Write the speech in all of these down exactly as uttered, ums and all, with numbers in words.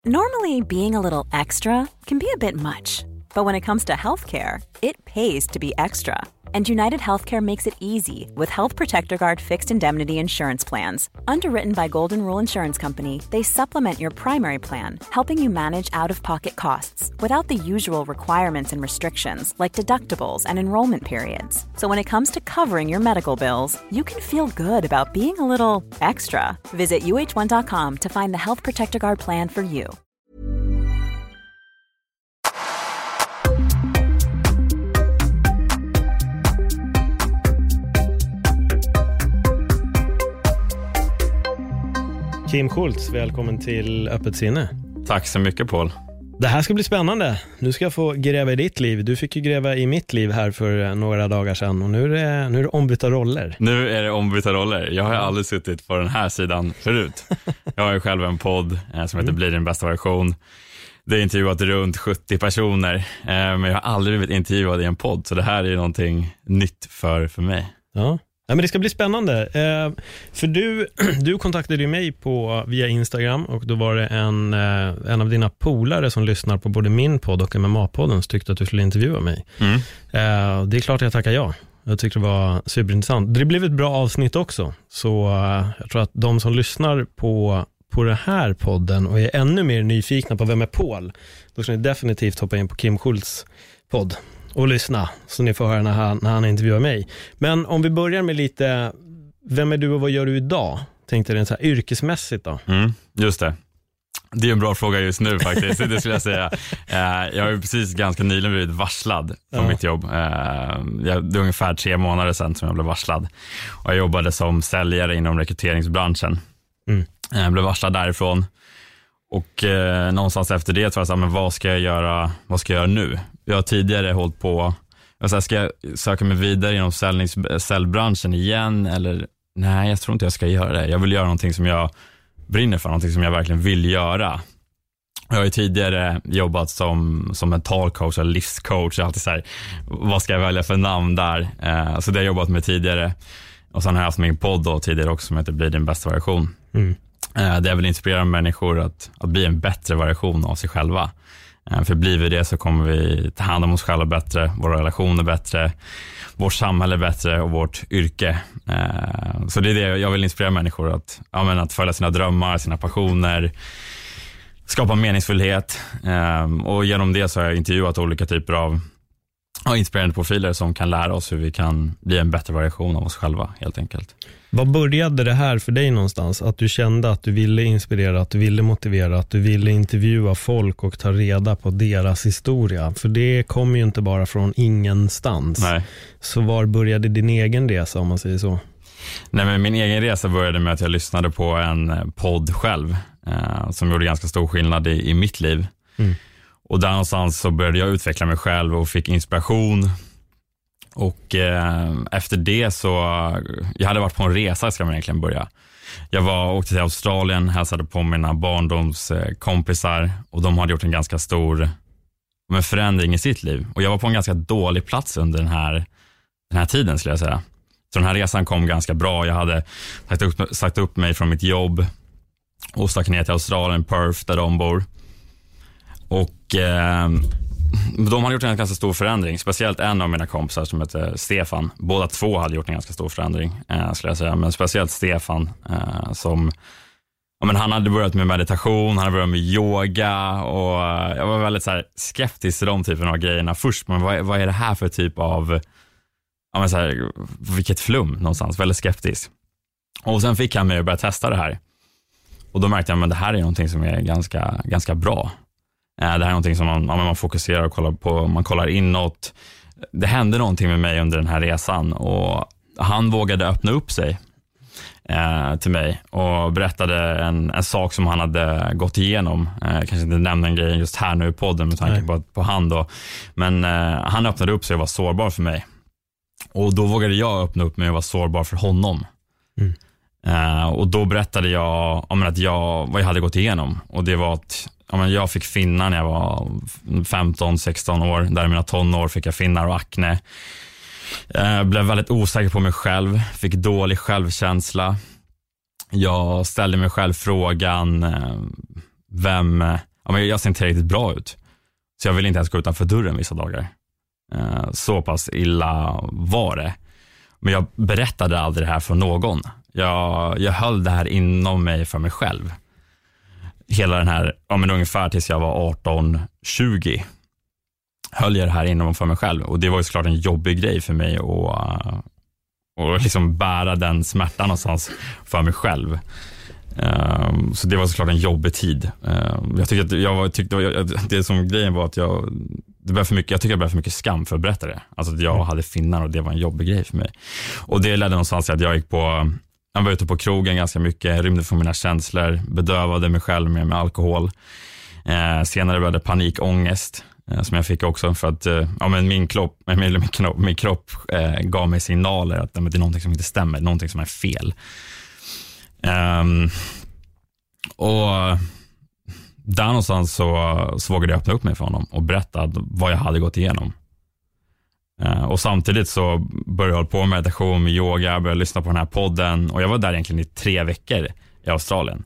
Normally, being a little extra can be a bit much, but when it comes to healthcare, it pays to be extra. And United Healthcare makes it easy with Health Protector Guard fixed indemnity insurance plans. Underwritten by Golden Rule Insurance Company, they supplement your primary plan, helping you manage out-of-pocket costs without the usual requirements and restrictions like deductibles and enrollment periods. So when it comes to covering your medical bills, you can feel good about being a little extra. Visit U H one dot com to find the Health Protector Guard plan for you. Kim Schultz, välkommen till Öppet sinne. Tack så mycket, Paul. Det här ska bli spännande. Nu ska jag få gräva i ditt liv. Du fick ju gräva i mitt liv här för några dagar sedan. Och nu är det, nu är det ombytta roller. Nu är det ombytta roller. Jag har aldrig suttit på den här sidan förut. Jag har ju själv en podd eh, som heter mm. Bli din bästa version. Det är intervjuat runt sjuttio personer. Eh, men jag har aldrig blivit intervjuad i en podd. Så det här är ju någonting nytt för, för mig. Ja. Ja, men det ska bli spännande. Eh, för du, du kontaktade ju mig på, via Instagram och då var det en, eh, en av dina polare som lyssnar på både min podd och M M A-podden som tyckte att du skulle intervjua mig. Mm. Eh, det är klart att jag tackar ja. Jag tyckte det var superintressant. Det blev ett bra avsnitt också. Så eh, jag tror att de som lyssnar på, på den här podden och är ännu mer nyfikna på vem är Paul, då ska ni definitivt hoppa in på Kim Schultz podd och lyssna, så ni får höra när han, när han intervjuar mig. Men om vi börjar med lite, vem är du och vad gör du idag? Tänkte det så här yrkesmässigt då. Mm, just det. Det är en bra fråga just nu faktiskt, det skulle jag säga. Jag har ju precis ganska nyligen blivit varslad från ja. mitt jobb. Det är ungefär tre månader sedan som jag blev varslad. Och jag jobbade som säljare inom rekryteringsbranschen. Mm. Jag blev varslad därifrån. Och eh, någonstans efter det tror jag så här, men vad ska jag göra, vad ska jag göra nu? Jag har tidigare hållit på, jag så här, ska jag söka mig vidare inom säljnings, säljbranschen igen? Eller nej, jag tror inte jag ska göra det. Jag vill göra någonting som jag brinner för, någonting som jag verkligen vill göra. Jag har ju tidigare jobbat som, som mentalcoach eller livscoach. Jag har alltid så här, vad ska jag välja för namn där? Eh, så det har jag jobbat med tidigare. Och sen har jag haft min podd då, tidigare också som heter Bli din bästa version. Mm. Det är väl inspirera människor att, att bli en bättre version av sig själva. För blir vi det så kommer vi ta hand om oss själva bättre, våra relationer bättre, vårt samhälle bättre och vårt yrke. Så det är det jag vill inspirera människor att, ja, men att följa sina drömmar, sina passioner, skapa meningsfullhet. Och genom det så har jag intervjuat olika typer av ja, inspirerande profiler som kan lära oss hur vi kan bli en bättre version av oss själva helt enkelt. Vad började det här för dig någonstans? Att du kände att du ville inspirera, att du ville motivera, att du ville intervjua folk och ta reda på deras historia. För det kommer ju inte bara från ingenstans. Nej. Så var började din egen resa, om man säger så? Nej, men min egen resa började med att jag lyssnade på en podd själv eh, som gjorde ganska stor skillnad i, i mitt liv. Mm. Och där någonstans så började jag utveckla mig själv och fick inspiration. Och eh, efter det så, jag hade varit på en resa ska man egentligen börja. Jag var, åkte till Australien, hälsade på mina barndomskompisar och de hade gjort en ganska stor men, förändring i sitt liv. Och jag var på en ganska dålig plats under den här, den här tiden skulle jag säga. Så den här resan kom ganska bra. Jag hade sagt upp, sagt upp mig från mitt jobb och stack ner till Australien, Perth, där de bor. Och eh, de hade gjort en ganska stor förändring. Speciellt en av mina kompisar som heter Stefan. Båda två hade gjort en ganska stor förändring eh, skulle jag säga. Men speciellt Stefan eh, som ja, men han hade börjat med meditation, han hade börjat med yoga. Och eh, jag var väldigt så här, skeptisk till de typen av grejerna först. Men vad, vad är det här för typ av ja, men så här, vilket flum någonstans, väldigt skeptisk. Och sen fick han mig att börja testa det här. Och då märkte jag att det här är någonting som är ganska, ganska bra. Det här är någonting som man, ja, man fokuserar och kollar på, man kollar inåt. Det hände någonting med mig under den här resan och han vågade öppna upp sig eh, till mig och berättade en, en sak som han hade gått igenom. Eh, kanske inte nämna en grej just här nu i podden med tanke på, på han då. Men eh, han öppnade upp sig och var sårbar för mig. Och då vågade jag öppna upp mig och vara sårbar för honom. Mm. Uh, och då berättade jag om att jag, vad jag hade gått igenom. Och det var att ja, men jag fick finnar när jag var femton sexton år. Där i mina tonår fick jag finnar och akne. Uh, blev väldigt osäker på mig själv. Fick dålig självkänsla. Jag ställde mig själv frågan uh, vem, ja, men jag ser inte riktigt bra ut. Så jag vill inte ens gå utanför dörren vissa dagar. Eh, så pass illa var det. Men jag berättade aldrig det här för någon. Jag, jag höll det här inom mig för mig själv. Hela den här, ja, men ungefär tills jag var arton tjugo höll jag det här inom för mig själv. Och det var ju såklart en jobbig grej för mig att och liksom bära den smärtan någonstans för mig själv. Um, så det var såklart en jobbig tid. Um, jag tyckte att jag tyckte jag, det som grejen var att jag det blev för mycket, jag tycker det blev för mycket skam för att berätta det. Alltså att jag hade finnar och det var en jobbig grej för mig. Och det ledde någonstans till att jag gick på jag var ute på krogen ganska mycket, rymde från mina känslor, bedövade mig själv med, med alkohol. Eh, senare blev det panikångest eh, som jag fick också för att eh, ja, men min, kropp, min, min, kropp, min kropp eh, gav mig signaler att men det är någonting som inte stämmer, någonting som är fel. Um, och där någonstans så, så vågade jag öppna upp mig för honom och berätta vad jag hade gått igenom. Uh, och samtidigt så började jag hålla på med meditation, med yoga, började lyssna på den här podden och jag var där egentligen i tre veckor i Australien.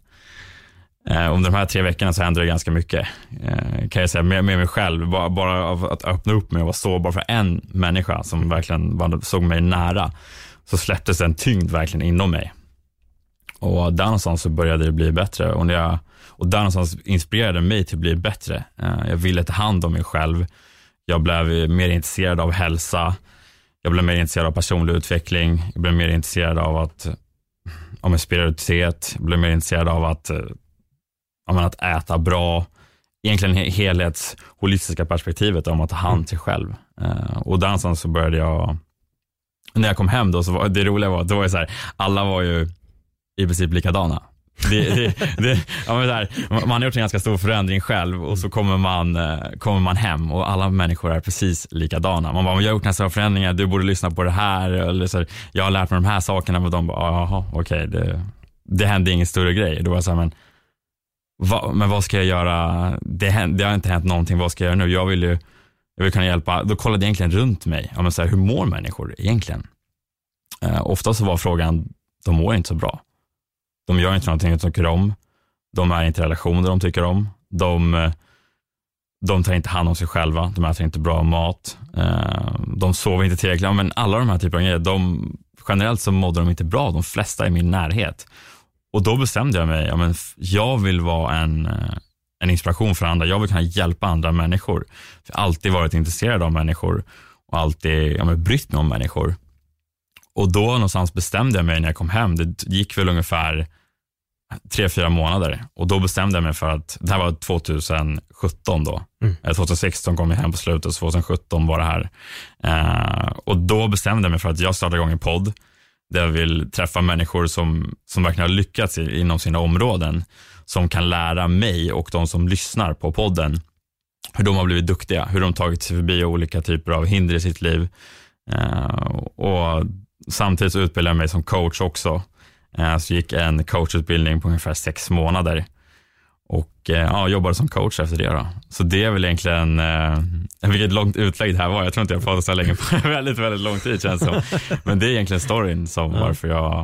Uh, under de här tre veckorna så hände det ganska mycket, uh, kan jag säga, med, med mig själv. Bara, bara av att öppna upp mig och vara sårbar för en människa som verkligen bara såg mig nära, så släpptes en tyngd verkligen inom mig. Och där någonstans så började det bli bättre. Och, när jag, och där någonstans inspirerade mig till att bli bättre. Jag ville ta hand om mig själv. Jag blev mer intresserad av hälsa. Jag blev mer intresserad av personlig utveckling. Jag blev mer intresserad av att om spiritualitet. Jag blev mer intresserad av att, om att äta bra. Egentligen helhets holistiska perspektivet om att ta hand om sig själv. Och där någonstans så började jag, när jag kom hem då, så var det roliga var att då var det så här, alla var ju i princip likadana. Det, det, det, ja, men där, man har gjort en ganska stor förändring själv och så kommer man, kommer man hem och alla människor är precis likadana. Man bara, jag har gjort nästan förändringar, du borde lyssna på det här. Eller så, jag har lärt mig de här sakerna, och de bara, jaha, okej, det, det hände ingen större grej. Då var jag så här, men, va, men vad ska jag göra? Det, händ, det har inte hänt någonting, vad ska jag göra nu? Jag vill ju jag vill kunna hjälpa. Då kollade jag egentligen runt mig. Ja, men så här, hur mår människor egentligen? Uh, ofta så var frågan, de mår inte så bra. De gör inte någonting de tycker om. De är inte i relationer de tycker om. De, de tar inte hand om sig själva. De äter inte bra mat. De sover inte tillräckligt. Men alla de här typerna av grejer, de, generellt så mådde de inte bra. De flesta i min närhet. Och då bestämde jag mig. Ja, men jag vill vara en, en inspiration för andra. Jag vill kunna hjälpa andra människor. Jag har alltid varit intresserad av människor. Och alltid ja, men brytt mig om människor. Och då någonstans bestämde jag mig när jag kom hem. Det gick väl ungefär tre, fyra månader. Och då bestämde jag mig för att, det här var tjugohundrasjutton då. Mm. tjugohundrasexton kom jag hem på slutet, tjugohundrasjutton var det här. Uh, och då bestämde jag mig för att jag startar igång en podd. Där jag vill träffa människor som, som verkligen har lyckats i, inom sina områden. Som kan lära mig och de som lyssnar på podden hur de har blivit duktiga. Hur de tagit sig förbi olika typer av hinder i sitt liv. Uh, och samtidigt så utbildade jag mig som coach också. Så gick en coachutbildning på ungefär sex månader. Och ja, jobbade som coach efter det då. Så det är väl egentligen eh, vilket långt utlägg det här var. Jag tror inte jag pratat så länge på väldigt, väldigt lång tid känns som. Men det är egentligen storyn som ja. varför jag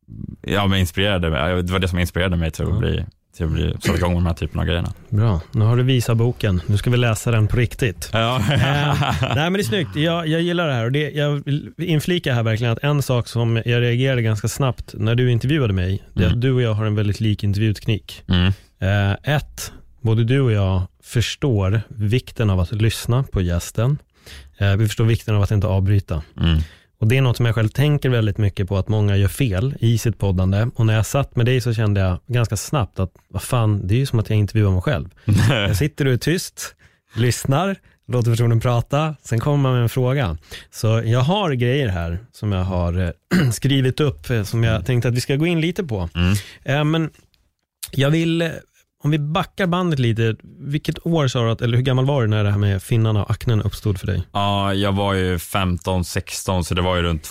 ja, men inspirerade mig. Det var det som inspirerade mig till att bli till att bli sätta igång med de här typen av grejerna. Bra, nu har du visat boken. Nu ska vi läsa den på riktigt. Ja. eh, nej men det är snyggt. Jag, jag gillar det här. Och det, jag vill inflika här verkligen att en sak som jag reagerade ganska snabbt när du intervjuade mig, det är mm. att du och jag har en väldigt lik intervjuteknik. Mm. Eh, ett, både du och jag förstår vikten av att lyssna på gästen. Eh, vi förstår vikten av att inte avbryta. Mm. Och det är något som jag själv tänker väldigt mycket på, att många gör fel i sitt poddande. Och när jag satt med dig så kände jag ganska snabbt att vad fan, det är ju som att jag intervjuar mig själv. Jag sitter och är tyst, lyssnar, låter personen prata, sen kommer man med en fråga. Så jag har grejer här som jag har skrivit upp som jag tänkte att vi ska gå in lite på. Mm. Men jag vill, om vi backar bandet lite, vilket år sa du att, eller hur gammal var du när det här med finnarna och aknen uppstod för dig? Ja, jag var ju femton sexton, så det var ju runt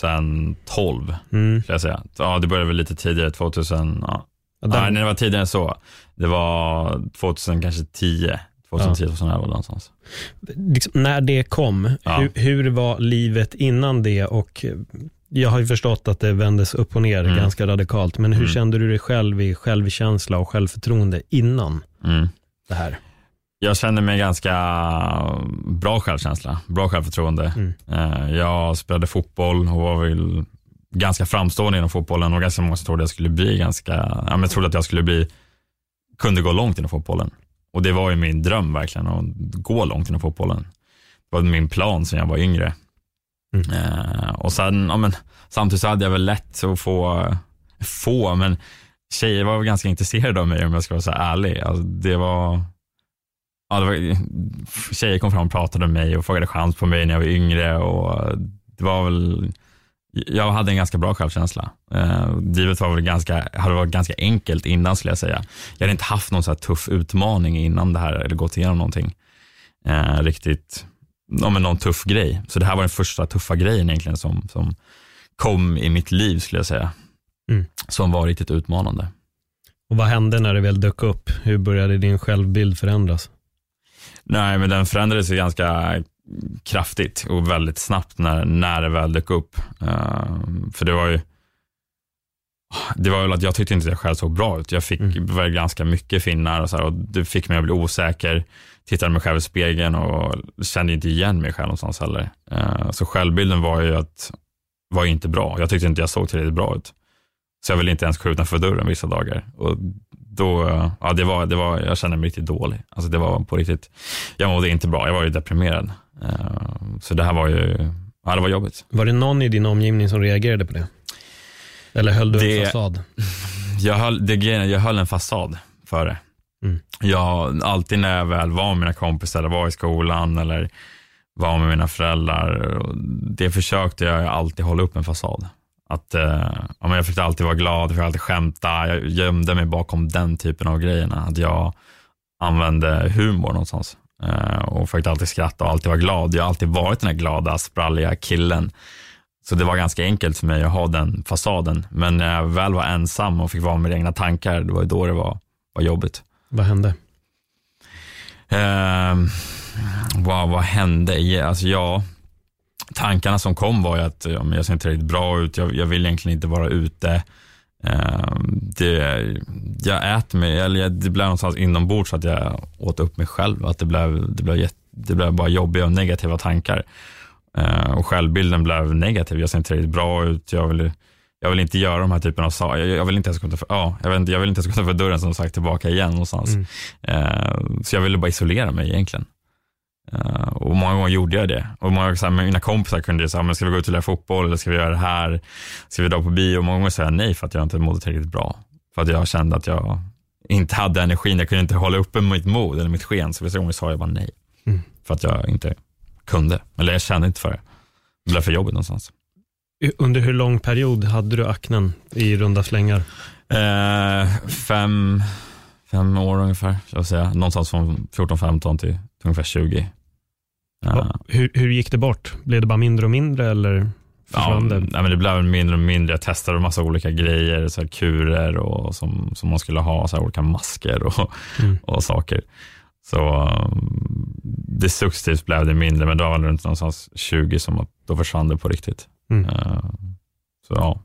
tjugotolv mm. ska jag säga. Ja, det började väl lite tidigare, tvåtusen, ja. Ja, den... Nej, det var tidigare än så. Det var tvåtusen, kanske tio, tjugohundratio, ja. tjugoelva någonstans. Liksom, när det kom, ja. hur, hur var livet innan det? Och jag har ju förstått att det vändes upp och ner mm. ganska radikalt. Men hur mm. kände du dig själv i självkänsla och självförtroende innan? Mm. det här? Jag känner mig ganska bra självkänsla, bra självförtroende. Mm. Jag spelade fotboll och var väl ganska framstående inom fotbollen, och ganska många som trodde jag skulle bli ganska, ja, men trodde att jag skulle bli, kunde gå långt inom fotbollen. Och det var ju min dröm verkligen, att gå långt inom fotbollen. Det var min plan sen jag var yngre. Mm. Eh, och sen, ja, men, samtidigt så hade jag väl lätt att få, få men tjejer var ganska intresserade av mig, om jag ska vara så ärlig. Alltså, det var... Ja, det var, tjejer kom fram och pratade med mig och frågade chans på mig när jag var yngre, och det var väl, jag hade en ganska bra självkänsla. Eh, livet var väl ganska, hade varit ganska enkelt innan, skulle jag säga. Jag hade inte haft någon så här tuff utmaning innan det här, eller gått igenom någonting eh, riktigt, ja, men någon tuff grej. Så det här var den första tuffa grejen egentligen som, som kom i mitt liv, skulle jag säga. Mm. Som var riktigt utmanande. Och vad hände när det väl dök upp? Hur började din självbild förändras? Nej, men den förändrades ju ganska kraftigt och väldigt snabbt när, när det väl dök upp. Uh, för det var ju det var väl att jag tyckte inte att jag själv såg bra ut. Jag fick mm. väl ganska mycket finnar och så här, och det fick mig att bli osäker. Tittade mig själv i spegeln och kände inte igen mig själv någonstans heller. Uh, så självbilden var ju att var ju inte bra. Jag tyckte inte jag såg tillräckligt bra ut. Så jag ville inte ens gå utanför dörren vissa dagar. Och då, ja, det var, det var, jag kände mig riktigt dålig. Alltså det var på riktigt, jag mådde inte bra, jag var ju deprimerad. Uh, så det här var ju, ja, det var jobbigt. Var det någon i din omgivning som reagerade på det? Eller höll du det, en fasad? Jag höll, det, jag höll en fasad för det. Mm. Jag, alltid när jag väl var med mina kompisar, eller var i skolan, eller var med mina föräldrar, det försökte jag alltid hålla upp en fasad. Att, uh, ja, men jag fick alltid vara glad, jag fick alltid skämta, jag gömde mig bakom den typen av grejerna. Att jag använde humor någonstans. Uh, och fick alltid skratta och alltid vara glad. Jag har alltid varit den här glada, spralliga killen. Så det var ganska enkelt för mig att ha den fasaden. Men när jag väl var ensam och fick vara med egna tankar, det var då det var, var jobbigt. Vad hände? Uh, wow, vad hände? Alltså ja, tankarna som kom var ju att ja, men jag ser inte riktigt bra ut. Jag, jag vill egentligen inte vara ute. Uh, det, jag äter mig, eller det blev någonstans inombords så att jag åt upp mig själv. Att det blev, det blev, det blev bara jobbiga och negativa tankar. Uh, och självbilden blev negativ. Jag ser inte riktigt bra ut. Jag vill, jag vill inte göra de här typen av saker. Jag, jag vill inte ens gå för, ja, jag vet inte, jag vill inte ens gå för dörren, som sagt, tillbaka igen någonstans. Mm. Uh, så jag ville bara isolera mig egentligen. Uh, och många gånger gjorde jag det. Och många gånger, mina kompisar kunde säga, men ska vi gå ut och lära fotboll, eller ska vi göra det här, ska vi dra på bio? Och många gånger sa jag nej, för att jag inte mådde tillräckligt bra. För att jag kände att jag inte hade energin. Jag kunde inte hålla uppe mitt mod eller mitt sken. Så vissa gånger sa jag bara nej. Mm. För att jag inte kunde. Eller jag kände inte för det. Det blev för jobbigt någonstans. Under hur lång period hade du aknen i runda slängar? Eh, fem, fem år ungefär, jag säga. Någonstans från fjorton femton till ungefär tjugo. Ja, hur, hur gick det bort? Blev det bara mindre och mindre, eller försvann det? Ja, nej, men det blev mindre och mindre. Jag testade en massa olika grejer, så här kurer och som, som man skulle ha, så här olika masker och, mm. och saker. Så det successivt blev det mindre, men då var det runt någonstans tjugo som att då försvann det på riktigt. Mm. Uh, så ja.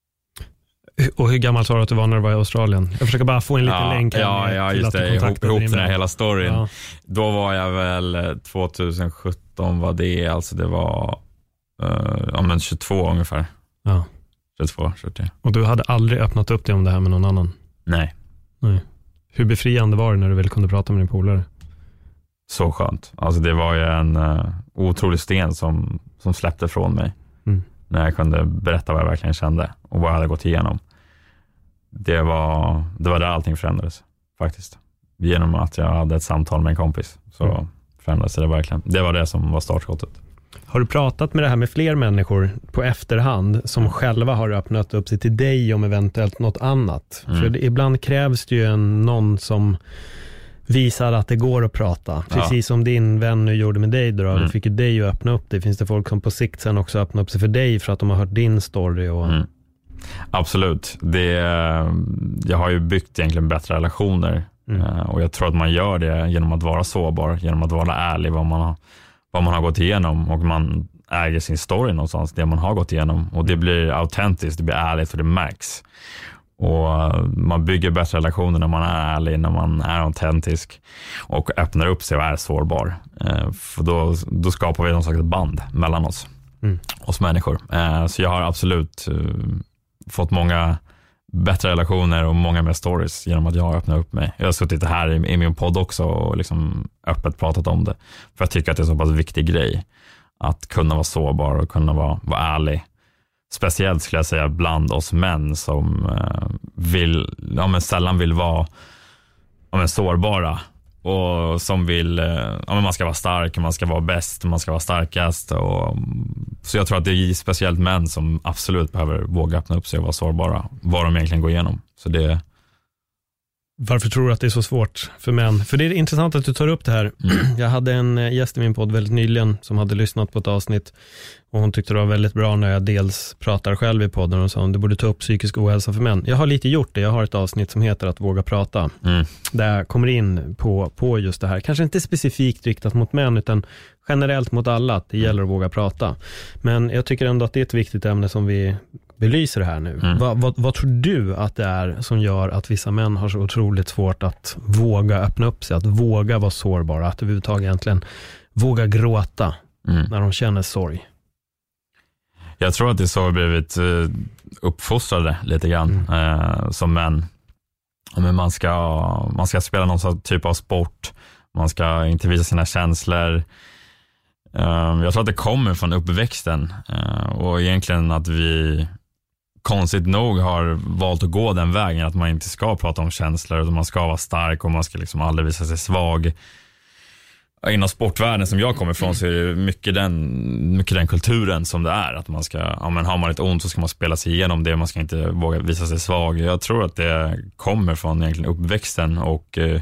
Och hur gammal sa du att du var när du var i Australien? Jag försöker bara få en liten ja, länk här. Ja, ja just det. Ihop, ihop den här hela storyn. Ja. Då var jag väl tjugosjutton var det, alltså det var uh, ja, men tjugotvå ungefär. Ja. tjugotvå, tjugotre. Och du hade aldrig öppnat upp dig om det här med någon annan? Nej. Nej. Hur befriande var det när du väl kunde prata med din polare? Så skönt. Alltså det var ju en uh, otrolig sten som, som släppte från mig. Mm. När jag kunde berätta vad jag verkligen kände och vad jag hade gått igenom. Det var, det var där allting förändrades faktiskt. Genom att jag hade ett samtal med en kompis så mm. förändrades det verkligen. Det var det som var startskottet. Har du pratat med det här med fler människor på efterhand som mm. själva har öppnat upp sig till dig om eventuellt något annat? Mm. För det, ibland krävs det ju en, någon som visar att det går att prata. Precis ja. som din vän nu gjorde med dig då. Mm. Det fick ju dig att öppna upp det. Finns det folk som på sikt sen också öppnar upp sig för dig för att de har hört din story? Och... Mm. Absolut. Det, jag har ju byggt egentligen bättre relationer. Mm. Och jag tror att man gör det genom att vara sårbar. Genom att vara ärlig vad man har, vad man har gått igenom. Och man äger sin story någonstans. Det man har gått igenom. Och det blir autentiskt, det blir ärligt och det märks. Och man bygger bättre relationer när man är ärlig, när man är autentisk och öppnar upp sig och är sårbar. Eh, för då, då skapar vi någon slags band mellan oss, mm. oss människor. Eh, så jag har absolut eh, fått många bättre relationer och många mer stories genom att jag har öppnat upp mig. Jag har suttit här i, i min podd också och liksom öppet pratat om det. För jag tycker att det är så pass viktig grej att kunna vara sårbar och kunna vara, vara ärlig. Speciellt skulle jag säga bland oss män som eh, vill, ja, men sällan vill vara ja, men sårbara och som vill, eh, ja, men man ska vara stark, man ska vara bäst, man ska vara starkast. Och, så jag tror att det är speciellt män som absolut behöver våga öppna upp sig och vara sårbara, vad de egentligen går igenom. Så det... Varför tror du att det är så svårt för män? För det är intressant att du tar upp det här. Mm. Jag hade en gäst i min podd väldigt nyligen som hade lyssnat på ett avsnitt och hon tyckte det var väldigt bra när jag dels pratar själv i podden och sa att du borde ta upp psykisk ohälsa för män. Jag har lite gjort det. Jag har ett avsnitt som heter Att våga prata. Mm. Där jag kommer in på, på just det här. Kanske inte specifikt riktat mot män utan generellt mot alla. Att det gäller att våga prata. Men jag tycker ändå att det är ett viktigt ämne som vi belyser här nu. Mm. Vad, vad, vad tror du att det är som gör att vissa män har så otroligt svårt att våga öppna upp sig, att våga vara sårbara, att överhuvudtaget egentligen våga gråta mm. när de känner sorg? Jag tror att det är så vi blivit uppfostrade lite grann mm. eh, som män. Men man ska, man ska spela någon typ av sport, man ska inte visa sina känslor. Eh, jag tror att det kommer från uppväxten eh, och egentligen att vi konstigt nog har valt att gå den vägen, att man inte ska prata om känslor utan man ska vara stark och man ska liksom aldrig visa sig svag. Inom sportvärlden som jag kommer ifrån så är det mycket den, mycket den kulturen som det är, att man ska, ja, men har man ett ont så ska man spela sig igenom det, man ska inte våga visa sig svag. Jag tror att det kommer från egentligen uppväxten och eh,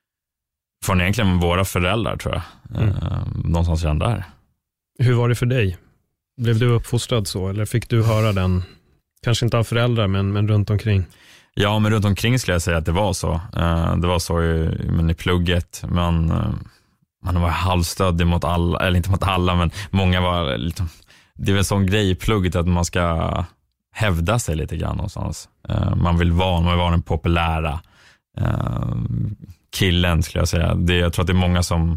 från egentligen våra föräldrar, tror jag. Mm. Eh, någonstans redan där. Hur var det för dig? Blev du uppfostrad så, eller fick du höra den, kanske inte av föräldrar men, men runt omkring? Ja, men runt omkring skulle jag säga att det var så. Eh, det var så i, men i plugget, men eh, man var halvstödig mot alla, eller inte mot alla, men många var liksom, det är väl en sån grej i plugget att man ska hävda sig lite grann någonstans. Uh, man vill vara, man vill vara den populära uh, killen, skulle jag säga. Det, jag tror att det är många som,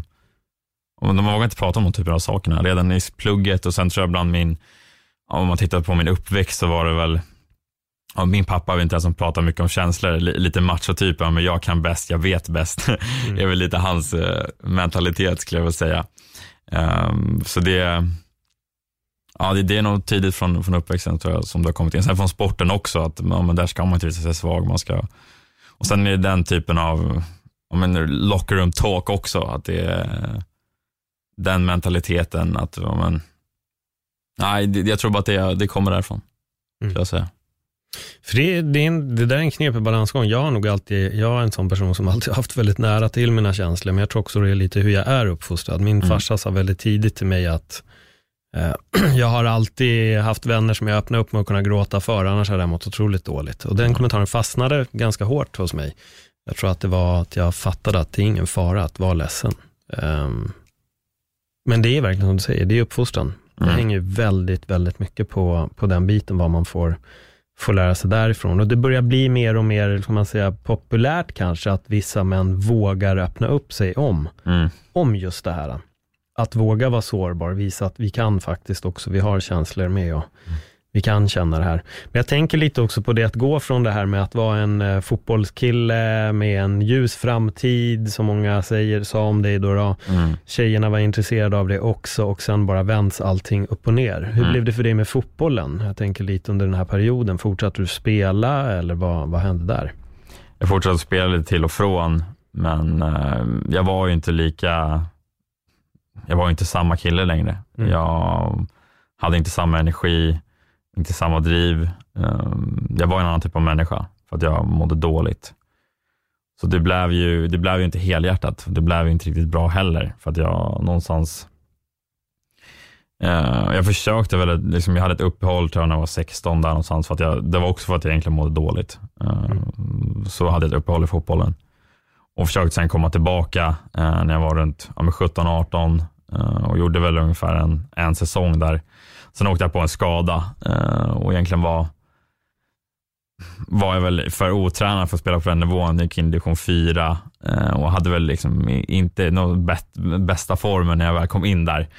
de vågar inte prata om de typer av sakerna redan i plugget, och sen tror jag bland min, om man tittar på min uppväxt så var det väl, ja, min pappa var inte ens som pratar mycket om känslor, lite macho-typen, men jag kan bäst, jag vet bäst. Mm. Det är väl lite hans uh, mentalitet, skulle jag väl säga. Um, så det, ja, det, det är nog tidigt från, från uppväxten, tror jag, som det har kommit in. Sen från sporten också, att ja, men där ska man inte visa sig svag. Man ska, och sen är det den typen av, ja, men locker room talk också, att det är den mentaliteten att, ja, men, nej, det, jag tror bara att det, det kommer därifrån, mm. skulle jag säga. För det, det, är en, det där är en knepig balansgång. Jag har nog alltid, jag är en sån person som alltid haft väldigt nära till mina känslor, men jag tror också det är lite hur jag är uppfostrad. Min mm. farsa sa väldigt tidigt till mig att eh, jag har alltid haft vänner som jag öppnar upp med att kunna gråta för, annars hade jag mått otroligt dåligt. Och den mm. kommentaren fastnade ganska hårt hos mig. Jag tror att det var att jag fattade att det är ingen fara att vara ledsen. Um, men det är verkligen som du säger, det är uppfostran. Mm. Det hänger väldigt, väldigt mycket på, på den biten, vad man får får lära sig därifrån. Och det börjar bli mer och mer, kan man säga, populärt kanske, att vissa män vågar öppna upp sig om mm. om just det här. Att våga vara sårbar, visa att vi kan faktiskt också, vi har känslor med och mm. vi kan känna det här. Men jag tänker lite också på det, att gå från det här med att vara en uh, fotbollskille med en ljus framtid, som många säger, sa om dig då, då. Mm. Tjejerna var intresserade av det också, och sen bara vänds allting upp och ner. Hur mm. blev det för dig med fotbollen? Jag tänker lite under den här perioden. Fortsatte du spela, eller vad, vad hände där? Jag fortsatte spela lite till och från, men uh, jag var ju inte lika, jag var ju inte samma kille längre. Mm. Jag hade inte samma energi, inte samma driv. Jag var en annan typ av människa för att jag mådde dåligt. Så det blev ju, det blev ju inte helhjärtat. Det blev ju inte riktigt bra heller, för att jag någonstans, jag försökte väl, liksom, jag hade ett uppehåll tror jag när jag var sexton där någonstans, för att jag, det var också för att jag egentligen mådde dåligt. Mm. Så hade jag ett uppehåll i fotbollen och försökte sen komma tillbaka när jag var runt ja, sjutton arton och gjorde väl ungefär en, en säsong där. Sen åkte jag på en skada och egentligen var var jag väl för otränad för att spela på den nivån. Jag gick in i division fyra eh, och hade väl liksom inte någon bet- bästa formen när jag väl kom in där.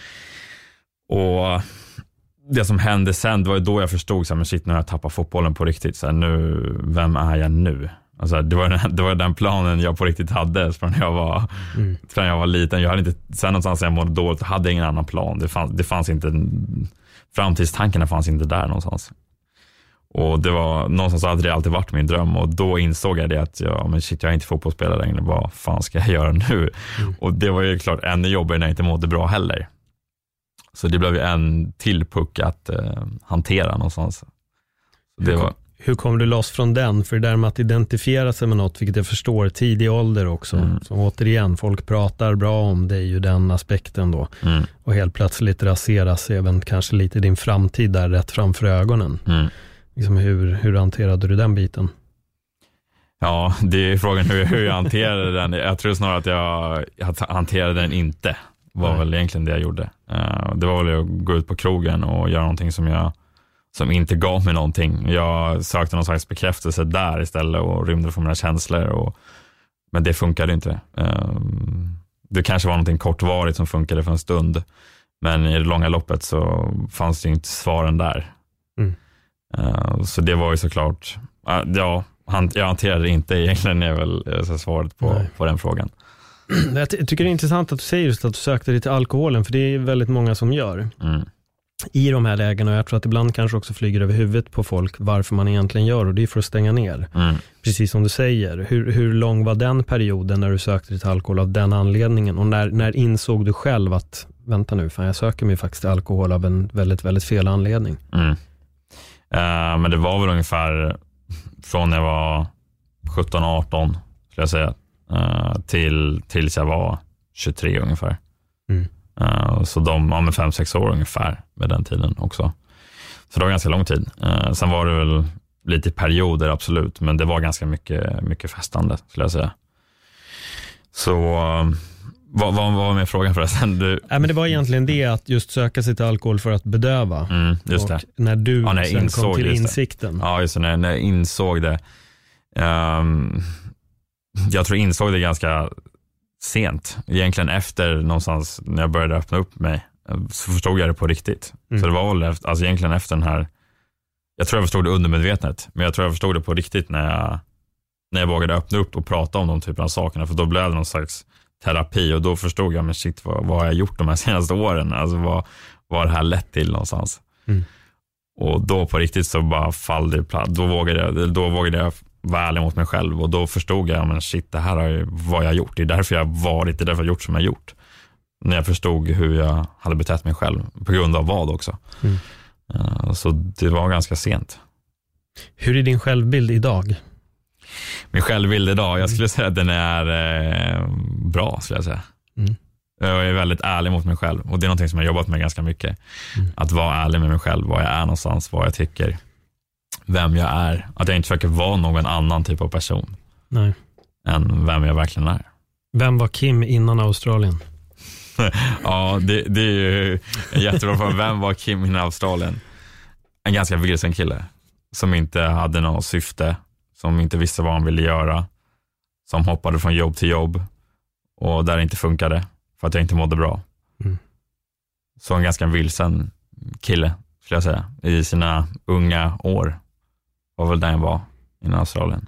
Och det som hände sen, det var då jag förstod så här, men shit, nu har jag tappat fotbollen på riktigt. Så här, nu, vem är jag nu? Alltså, det, var den, det var den planen jag på riktigt hade från när jag var, mm. från jag var liten. Jag hade inte, sen någonstans jag mådde dåligt, hade ingen annan plan. Det fanns, det fanns inte, framtidstankarna fanns inte där någonstans. Och det var, någonstans hade det alltid varit min dröm. Och då insåg jag det att ja, men shit, jag är inte fotbollsspelare längre. Vad fan ska jag göra nu? Mm. Och det var ju klart ännu jobbigare när jag inte mådde bra heller. Så det blev ju en till puck att eh, hantera någonstans. Så det hur, var... kom, hur kom du loss från den? För det där med att identifiera sig med något, vilket jag förstår, tidig ålder också. Mm. Så återigen, folk pratar bra om det, är ju den aspekten då. Mm. Och helt plötsligt raseras även kanske lite din framtid där rätt framför ögonen. Mm. Liksom hur, hur hanterade du den biten? Ja, det är frågan hur, hur jag hanterade den. Jag tror snarare att jag, jag hanterade den inte. Var Nej. väl egentligen det jag gjorde. Uh, det var väl att gå ut på krogen och göra någonting som jag som inte gav mig någonting. Jag sökte någon slags bekräftelse där istället och rymde från mina känslor. Och, men det funkade inte. Uh, det kanske var någonting kortvarigt som funkade för en stund. Men i det långa loppet så fanns det inte svaren där. Mm. Uh, så det var ju såklart... Uh, ja, han, jag hanterade det inte egentligen är väl uh, svaret på, på den frågan. Jag ty- tycker det är intressant att du säger just att du sökte dig till alkoholen, för det är väldigt många som gör mm. i de här lägena, och jag tror att ibland kanske också flyger över huvudet på folk varför man egentligen gör, och det är för att stänga ner. Mm. Precis som du säger. Hur, hur lång var den perioden när du sökte dig till alkohol av den anledningen, och när, när insåg du själv att vänta nu, fan jag söker mig faktiskt till alkohol av en väldigt, väldigt fel anledning? Mm. Uh, men det var väl ungefär från när jag var sjutton arton skulle jag säga. Uh, till tills jag var tjugotre ungefär. Mm. Uh, så de var med fem sex år ungefär med den tiden också. Så det var ganska lång tid. Uh, sen var det väl lite perioder absolut, men det var ganska mycket, mycket festande skulle jag säga. Så uh, vad, vad var med frågan förresten? Du... Ja, men det var egentligen det, att just söka sig till alkohol för att bedöva. Mm, just och det. när du ja, när sen insåg, kom till insikten. Ja, just det. När, när jag insåg det. Um, jag tror jag insåg det ganska sent. Egentligen efter någonstans när jag började öppna upp mig så förstod jag det på riktigt. Mm. Så det var väl efter, alltså egentligen efter den här, jag tror jag förstod det undermedvetet, men jag tror jag förstod det på riktigt när jag, när jag vågade öppna upp och prata om de typerna av sakerna, för då blev det någon slags terapi, och då förstod jag, men shit, vad, vad har jag gjort de här senaste åren? Alltså vad, vad har det här lett till någonstans? Mm. Och då på riktigt så bara fall det platt. Då vågade jag, då vågade jag vara ärlig mot mig själv, och då förstod jag, men shit, det här är vad jag har gjort. Det är därför jag varit, det är därför jag gjort som jag gjort. När jag förstod hur jag hade betett mig själv, på grund av vad också. Mm. Uh, så det var ganska sent. Hur är din självbild idag? Min självbild idag, jag skulle säga att den är eh, bra, skulle jag säga. Mm. Jag är väldigt ärlig mot mig själv, och det är någonting som jag har jobbat med ganska mycket. Mm. Att vara ärlig med mig själv, var jag är någonstans, vad jag tycker, vem jag är. Att jag inte försöker vara någon annan typ av person. Nej. Än vem jag verkligen är. Vem var Kim innan Australien? Ja, det, det är ju en jättebra fråga. Vem var Kim innan Australien? En ganska vilsen kille som inte hade något syfte, som inte visste vad han ville göra, som hoppade från jobb till jobb och där det inte funkade för att jag inte mådde bra. Mm. Så en ganska vilsen kille, skulle jag säga, i sina unga år. Var väl där jag var innan Australien.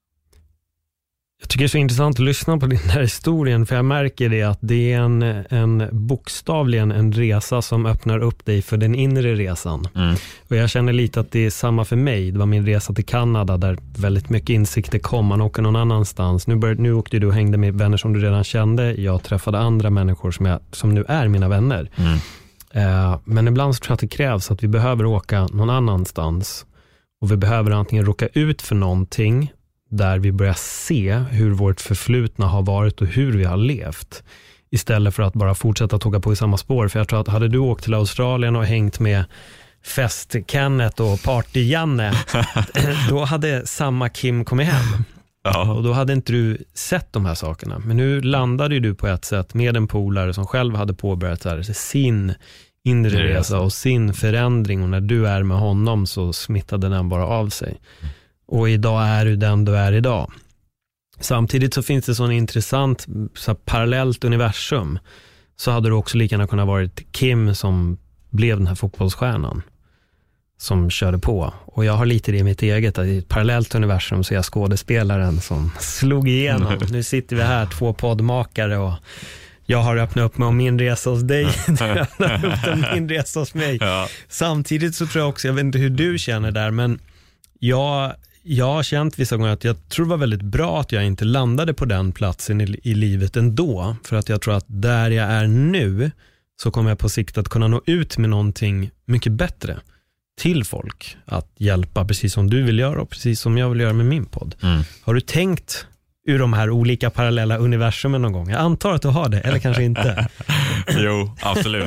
Jag tycker det är så intressant att lyssna på den här historien, för jag märker det att det är en, en bokstavligen en resa som öppnar upp dig för den inre resan. Mm. Och jag känner lite att det är samma för mig. Det var min resa till Kanada där väldigt mycket insikter kom. Man åker någon annanstans. Nu, började, nu åkte du och hängde med vänner som du redan kände. Jag träffade andra människor som, jag, som nu är mina vänner. Mm. Eh, men ibland så tror jag att det krävs att vi behöver åka någon annanstans. Och vi behöver antingen råka ut för någonting där vi börjar se hur vårt förflutna har varit och hur vi har levt, istället för att bara fortsätta tåga på i samma spår. För jag tror att hade du åkt till Australien och hängt med fest Kenneth och party Janne, då hade samma Kim kommit hem. Ja. Och då hade inte du sett de här sakerna. Men nu landade ju du på ett sätt med en polare som själv hade påbörjat så här, sin inre resa och sin förändring, och när du är med honom så smittade den bara av sig. Och idag är du den du är idag. Samtidigt så finns det sån intressant så här, parallellt universum. Så hade du också lika gärna kunnat varit Kim som blev den här fotbollsstjärnan som körde på. Och jag har lite det i mitt eget, att i ett parallellt universum så är jag skådespelaren som slog igenom. Nu sitter vi här, två poddmakare, och jag har öppnat upp mig om min resa hos dig. Du har öppnat upp om min resa hos mig. Ja. Samtidigt så tror jag också, jag vet inte hur du känner där, men jag, jag har känt vissa gånger att jag tror det var väldigt bra att jag inte landade på den platsen i, i livet ändå. För att jag tror att där jag är nu så kommer jag på sikt att kunna nå ut med någonting mycket bättre till folk. Att hjälpa precis som du vill göra och precis som jag vill göra med min podd. Mm. Har du tänkt ur de här olika parallella universumen någon gång? Jag antar att du har det, eller kanske inte. Jo, absolut.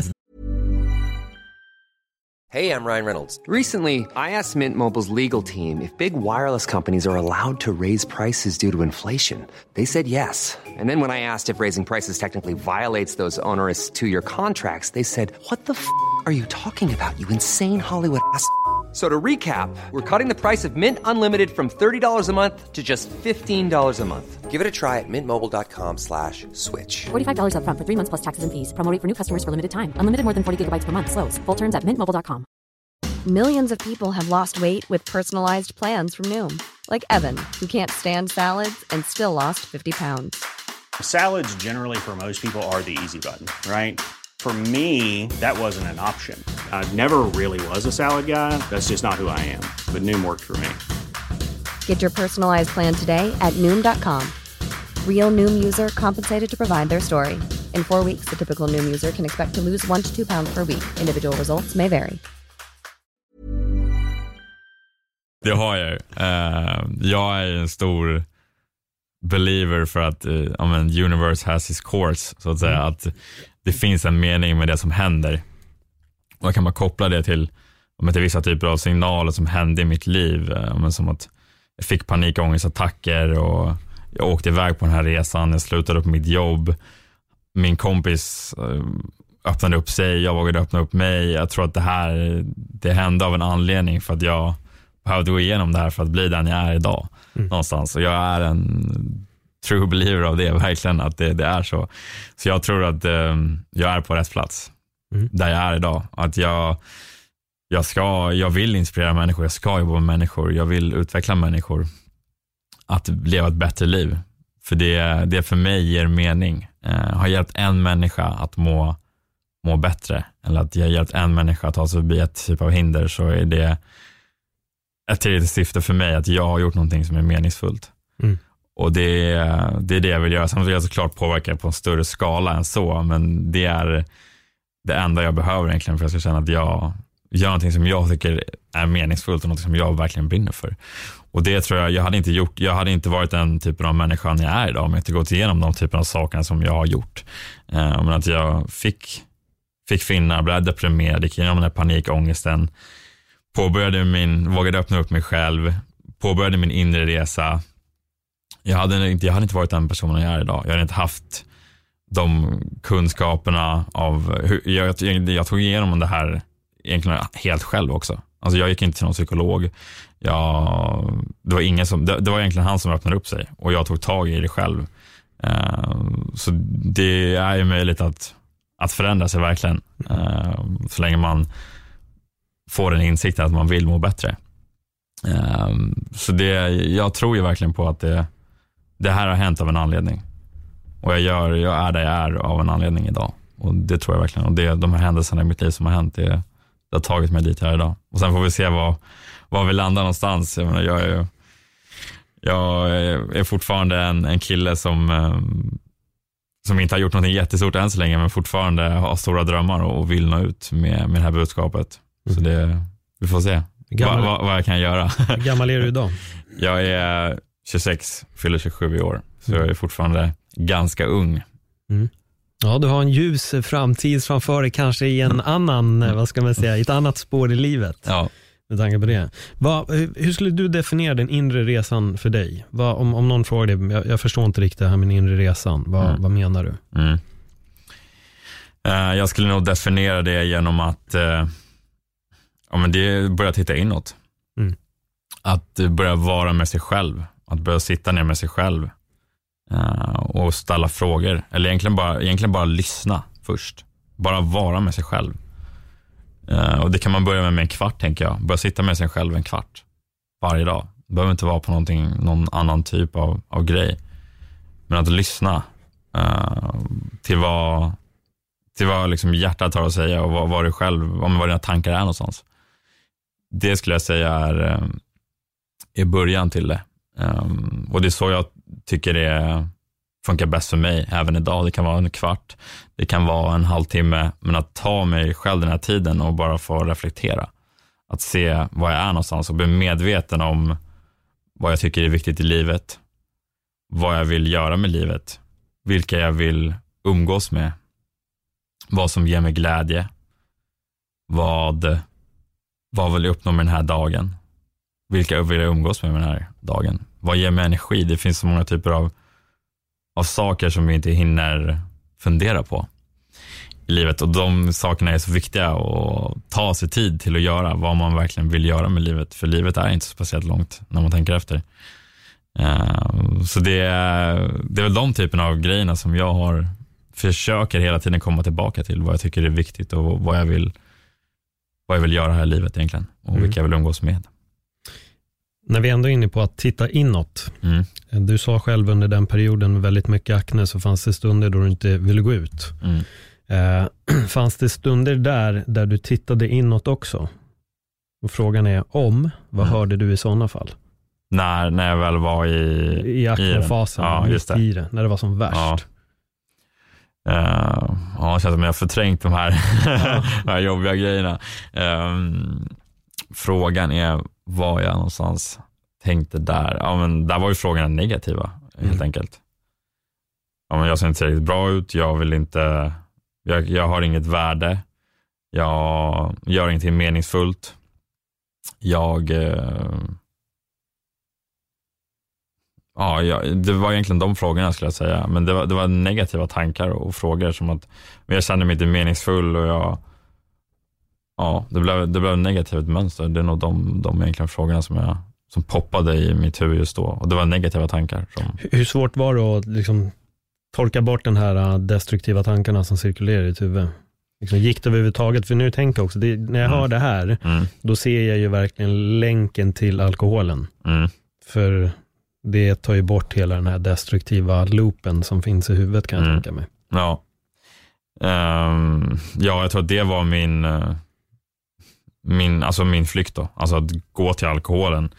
Hey, I'm Ryan Reynolds. Recently, I asked Mint Mobile's legal team if big wireless companies are allowed to raise prices due to inflation. They said yes. And then when I asked if raising prices technically violates those onerous two-year contracts, they said, what the f*** are you talking about, you insane Hollywood ass f- So to recap, we're cutting the price of Mint Unlimited from thirty dollars a month to just fifteen dollars a month. Give it a try at mintmobile.com slash switch. forty-five dollars up front for three months plus taxes and fees. Promo rate for new customers for limited time. Unlimited more than forty gigabytes per month. Slows full terms at mint mobile dot com. Millions of people have lost weight with personalized plans from Noom. Like Evan, who can't stand salads and still lost fifty pounds. Salads generally for most people are the easy button, right? For me, that wasn't an option. I never really was a salad guy. That's just not who I am. But Noom worked for me. Get your personalized plan today at Noom dot com. Real Noom user compensated to provide their story. In four weeks, the typical Noom user can expect to lose one to two pounds per week. Individual results may vary. Det har jag ju. Uh, jag är en stor believer för att uh, I mean, universe has its course, så att säga. Mm. Att det finns en mening med det som händer. Och jag kan bara koppla det till, om till vissa typer av signaler som hände i mitt liv. Uh, som att jag fick panikångestattacker och jag åkte iväg på den här resan. Jag slutade upp mitt jobb. Min kompis uh, öppnade upp sig. Jag vågade öppna upp mig. Jag tror att det här det hände av en anledning, för att jag behövde gå igenom det här för att bli den jag är idag. Mm. Någonstans. Och jag är en true believer av det, verkligen, att det, det är så. Så jag tror att eh, jag är på rätt plats. Mm. Där jag är idag. Att jag, jag, ska, jag vill inspirera människor. Jag ska jobba med människor. Jag vill utveckla människor. Att leva ett bättre liv. För det, det för mig ger mening. Eh, har hjälpt en människa att må, må bättre. Eller att jag har hjälpt en människa att ta sig förbi ett typ av hinder, så är det ett tredje syfte för mig att jag har gjort någonting som är meningsfullt. Mm. Och det, det är det jag vill göra. Sen vill jag såklart påverka på en större skala än så, men det är det enda jag behöver egentligen för att jag ska känna att jag gör någonting som jag tycker är meningsfullt och något som jag verkligen brinner för. Och det tror jag, jag hade inte gjort, jag hade inte varit den typen av människan jag är idag om jag inte gått igenom de typen av saker som jag har gjort. Eh, men att jag fick, fick finna, blev deprimerad, gick igenom den här panikångesten, påbörjade min, vågade öppna upp mig själv, påbörjade min inre resa. Jag hade inte, jag hade inte varit den personen jag är idag. Jag hade inte haft de kunskaperna av hur, jag, jag, jag tog igenom det här egentligen helt själv också. Alltså jag gick inte till någon psykolog. Jag, det var ingen som, det, det var egentligen han som öppnade upp sig och jag tog tag i det själv. Uh, så det är ju möjligt att, att förändra sig verkligen. Uh, så länge man får en insikt att man vill må bättre. Uh, så det, jag tror ju verkligen på att det, det här har hänt av en anledning. Och jag, gör, jag är där jag är av en anledning idag. Och det tror jag verkligen. Och det, de här händelserna i mitt liv som har hänt, det, det har tagit mig dit här idag. Och sen får vi se vad, vad vi landar någonstans. Jag menar, jag är, jag är fortfarande en, en kille som, som inte har gjort något jättestort än så länge, men fortfarande har stora drömmar och vill nå ut med, med det här budskapet. Mm. Så det, vi får se gammal, vad, vad jag kan göra. Hur gammal är du idag? Jag är tjugosex, fyller tjugosju i år. Så mm. jag är fortfarande ganska ung. Mm. Ja, du har en ljus framtid framför dig, kanske i en annan, mm. vad ska man säga, ett annat spår i livet. Ja. Med tanke på det. Vad, hur skulle du definiera den inre resan för dig? Vad, om, om någon frågar dig, jag, jag förstår inte riktigt det här med den inre resan. Vad, mm. vad menar du? Mm. Uh, jag skulle nog definiera det genom att uh, ja, men det börjar titta inåt. Mm. att börja vara med sig själv. Att börja sitta ner med sig själv uh, och ställa frågor. Eller egentligen bara, egentligen bara lyssna först. Bara vara med sig själv. Uh, och det kan man börja med med en kvart, tänker jag. Börja sitta med sig själv en kvart varje dag. Det behöver inte vara på någonting, någon annan typ av, av grej. Men att lyssna uh, till vad, till vad liksom hjärtat har att säga och vad, vad du själv, om vad dina tankar är någonstans. Det skulle jag säga är, är början till det. Um, och det är så jag tycker det funkar bäst för mig även idag. Det kan vara en kvart, det kan vara en halvtimme, men att ta mig själv den här tiden och bara få reflektera. Att se var jag är någonstans och bli medveten om vad jag tycker är viktigt i livet, vad jag vill göra med livet, vilka jag vill umgås med, vad som ger mig glädje, vad, vad vill jag uppnå med den här dagen, vilka vill jag umgås med den här dagen, vad ger mig energi. Det finns så många typer av, av saker som vi inte hinner fundera på i livet, och de sakerna är så viktiga att ta sig tid till att göra vad man verkligen vill göra med livet, för livet är inte så speciellt långt när man tänker efter. Uh, så det är, det är väl de typerna av grejerna som jag har försöker hela tiden komma tillbaka till, vad jag tycker är viktigt och vad jag vill vad jag vill göra här i livet egentligen, och mm. vilka jag vill umgås med. När vi ändå är inne på att titta inåt, mm. du sa själv under den perioden med väldigt mycket akne så fanns det stunder då du inte ville gå ut. Mm. Uh, fanns det stunder där där du tittade inåt också? Och frågan är om, vad mm. hörde du i sådana fall? När, när jag väl var i i aknefasen, ja, just det. I det, när det var som värst. Ja. Uh, ja, det känns som jag har förträngt de här, ja. de här jobbiga grejerna. Um, frågan är var jag någonstans tänkte där. Ja, men där var ju frågorna negativa, helt mm. enkelt. Ja, men jag ser inte riktigt bra ut, jag vill inte, jag, jag har inget värde, jag gör ingenting meningsfullt, jag uh, Ja, ja, det var egentligen de frågorna skulle jag säga. Men det var, det var negativa tankar och frågor som att jag kände mig inte meningsfull och jag, ja, det blev, det blev ett negativt mönster. Det är nog de, de egentligen frågorna som, jag, som poppade i mitt huvud just då. Och det var negativa tankar. Som... Hur svårt var det att liksom torka bort den här destruktiva tankarna som cirkulerar i ditt huvud? Liksom, gick det överhuvudtaget? För nu tänker jag också, det, när jag mm. hör det här, mm. då ser jag ju verkligen länken till alkoholen. Mm. För det tar ju bort hela den här destruktiva loopen som finns i huvudet, kan jag mm. tänka mig. Ja. Um, ja, jag tror att det var min min, alltså min flykt då. Alltså att gå till alkoholen.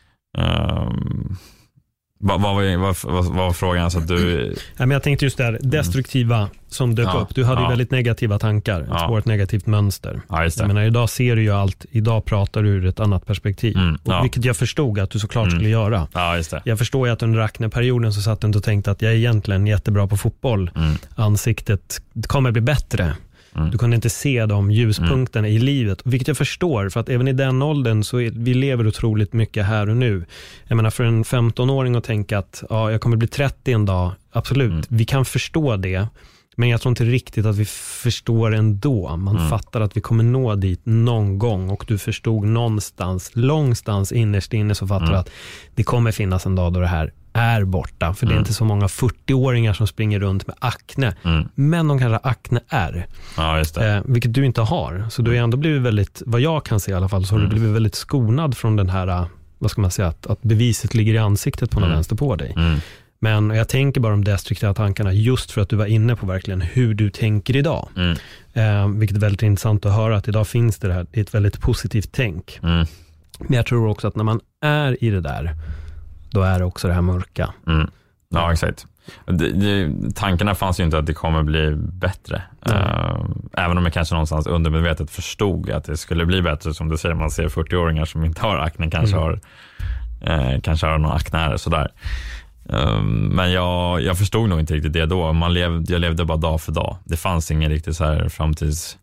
Um, vad, vad, vad, vad, vad var frågan? Alltså att du... ja, men jag tänkte just där, destruktiva som dök ja, upp. Du hade ja. ju väldigt negativa tankar, ett ja. svårt negativt mönster. Ja, just det. Jag menar, idag ser du ju allt, idag pratar du ur ett annat perspektiv. Mm, ja. och vilket jag förstod att du såklart mm. skulle göra. Ja, just det. Jag förstår ju att under akneperioden så satt du inte och tänkte att jag är egentligen jättebra på fotboll. Mm. Ansiktet kommer bli bättre. Mm. Du kunde inte se de ljuspunkterna mm. i livet, vilket jag förstår, för att även i den åldern så är, vi lever otroligt mycket här och nu. Jag menar, för en femton-åring att tänka att ja, jag kommer bli trettio en dag, absolut, mm. vi kan förstå det, men jag tror inte riktigt att vi förstår ändå. Man mm. fattar att vi kommer nå dit någon gång, och du förstod någonstans, långstans innerst inne så fattar mm. du att det kommer finnas en dag då det här är borta, för mm. det är inte så många fyrtio-åringar som springer runt med akne, mm. men de kanske akne är. Ja, just det. Eh, vilket du inte har. Så du har ändå blivit väldigt, vad jag kan se i alla fall, så har mm. du blivit väldigt skonad från den här, vad ska man säga, att, att beviset ligger i ansiktet på någon mm. vänster på dig. Mm. Men jag tänker bara om destruktiva tankarna just för att du var inne på verkligen hur du tänker idag. Mm. Eh, vilket är väldigt intressant att höra, att idag finns det här, det är ett väldigt positivt tänk. Mm. Men jag tror också att när man är i det där, då är det också det här mörka. Mm. Ja, exakt. Det, det, tankarna fanns ju inte att det kommer bli bättre. Uh, även om jag kanske någonstans undermedvetet förstod att det skulle bli bättre. Som du säger, man ser fyrtio-åringar som inte har akne, kanske mm. har uh, kanske har någon akne här, sådär. Uh, men jag, jag förstod nog inte riktigt det då. Man levde, jag levde bara dag för dag. Det fanns ingen riktigt så här framtids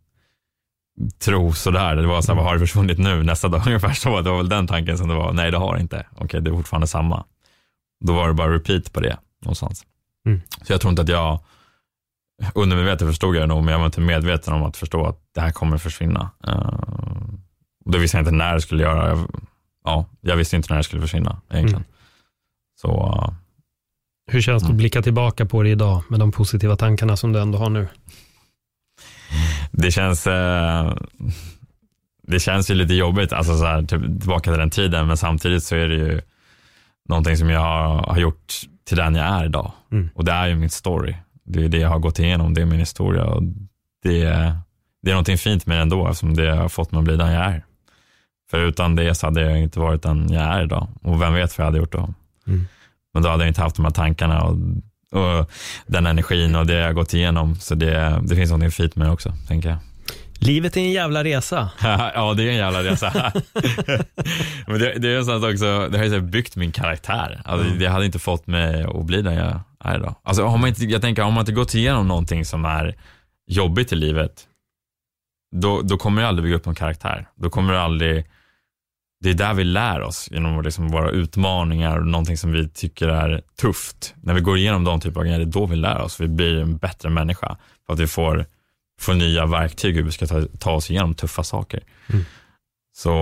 tro sådär. Det var så här, vad har det försvunnit nu? Nästa dag ungefär så. Det var väl den tanken som det var. Nej, det har inte. Okej, det är fortfarande samma. Då var det bara repeat på det någonstans. Mm. Så jag tror inte att jag undermedvetet förstod jag det nog, men jag var inte medveten om att förstå att det här kommer försvinna. Uh, och då visste jag inte när det skulle göra. Jag, ja, jag visste inte när det skulle försvinna egentligen. Mm. Så uh, hur känns det mm. att blicka tillbaka på det idag med de positiva tankarna som du ändå har nu? Det känns uh, det känns ju lite jobbigt, alltså så här, typ, tillbaka till den tiden, men samtidigt så är det ju någonting som jag har, har gjort till den jag är idag. Mm. Och det är ju min story. Det är det jag har gått igenom, det är min historia, och det, det är någonting fint med det ändå, eftersom det har fått mig att bli den jag är. För utan det så hade jag inte varit den jag är idag. Och vem vet vad jag hade gjort då. Mm. Men då hade jag inte haft de här tankarna och, och den energin och det jag har gått igenom. Så det, det finns någonting fint med det också, tänker jag. Livet är en jävla resa. Ja, det är en jävla resa. Men det, det är sånt också, det har ju byggt min karaktär. Alltså, mm. Det hade inte fått mig att bli den jag är idag. Alltså, har man inte, jag tänker, om man inte gått igenom någonting som är jobbigt i livet, då, då kommer jag aldrig bygga upp någon karaktär. Då kommer det aldrig... Det är där vi lär oss genom liksom våra utmaningar och någonting som vi tycker är tufft. När vi går igenom de typer av grejer, det är då vi lär oss. Vi blir en bättre människa för att vi får, får nya verktyg hur vi ska ta, ta oss igenom tuffa saker. Mm. Så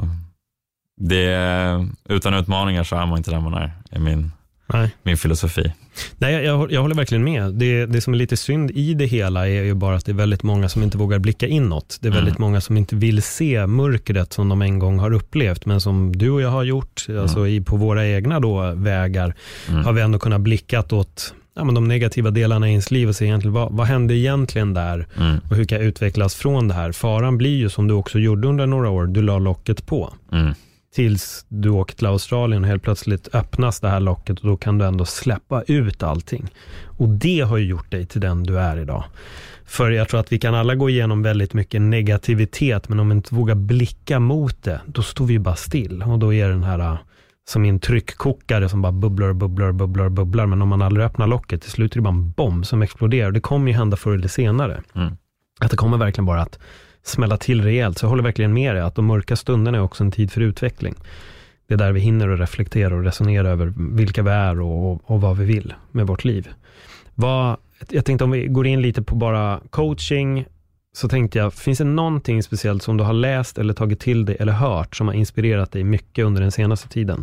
det, utan utmaningar så är man inte där man är, är min, Nej. min filosofi. Nej, jag, jag, jag håller verkligen med. Det, det som är lite synd i det hela är ju bara att det är väldigt många som inte vågar blicka inåt. Det är väldigt mm. många som inte vill se mörkret som de en gång har upplevt, men som du och jag har gjort, mm. alltså i, på våra egna då vägar, mm. har vi ändå kunnat blickat åt ja, men de negativa delarna i ens liv och se egentligen vad, vad hände egentligen där mm. och hur kan jag utvecklas från det här. Faran blir ju som du också gjorde under några år, du la locket på. Mm. Tills du åker till Australien och helt plötsligt öppnas det här locket och då kan du ändå släppa ut allting. Och det har ju gjort dig till den du är idag. För jag tror att vi kan alla gå igenom väldigt mycket negativitet, men om vi inte vågar blicka mot det, då står vi bara still. Och då är den här som en tryckkokare som bara bubblar, bubblar, bubblar, bubblar. Men om man aldrig öppnar locket, till slut är det bara en bomb som exploderar. Det kommer ju hända förr eller senare. Mm. Att det kommer verkligen bara att smälla till rejält. Så jag håller verkligen med dig att de mörka stunderna är också en tid för utveckling. Det är där vi hinner att reflektera och resonera över vilka vi är och, och, och vad vi vill med vårt liv. Vad, jag tänkte om vi går in lite på bara coaching, så tänkte jag, finns det någonting speciellt som du har läst eller tagit till dig eller hört som har inspirerat dig mycket under den senaste tiden?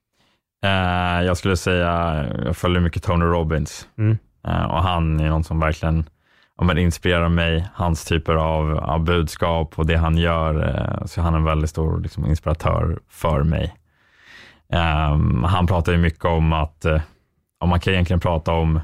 Uh, jag skulle säga, jag följer mycket Tony Robbins. Mm. Uh, och han är någon som verkligen ja, men inspirerar mig, hans typer av, av budskap och det han gör, eh, så han är en väldigt stor liksom, inspiratör för mig. Um, han pratar ju mycket om att eh, om man kan egentligen prata om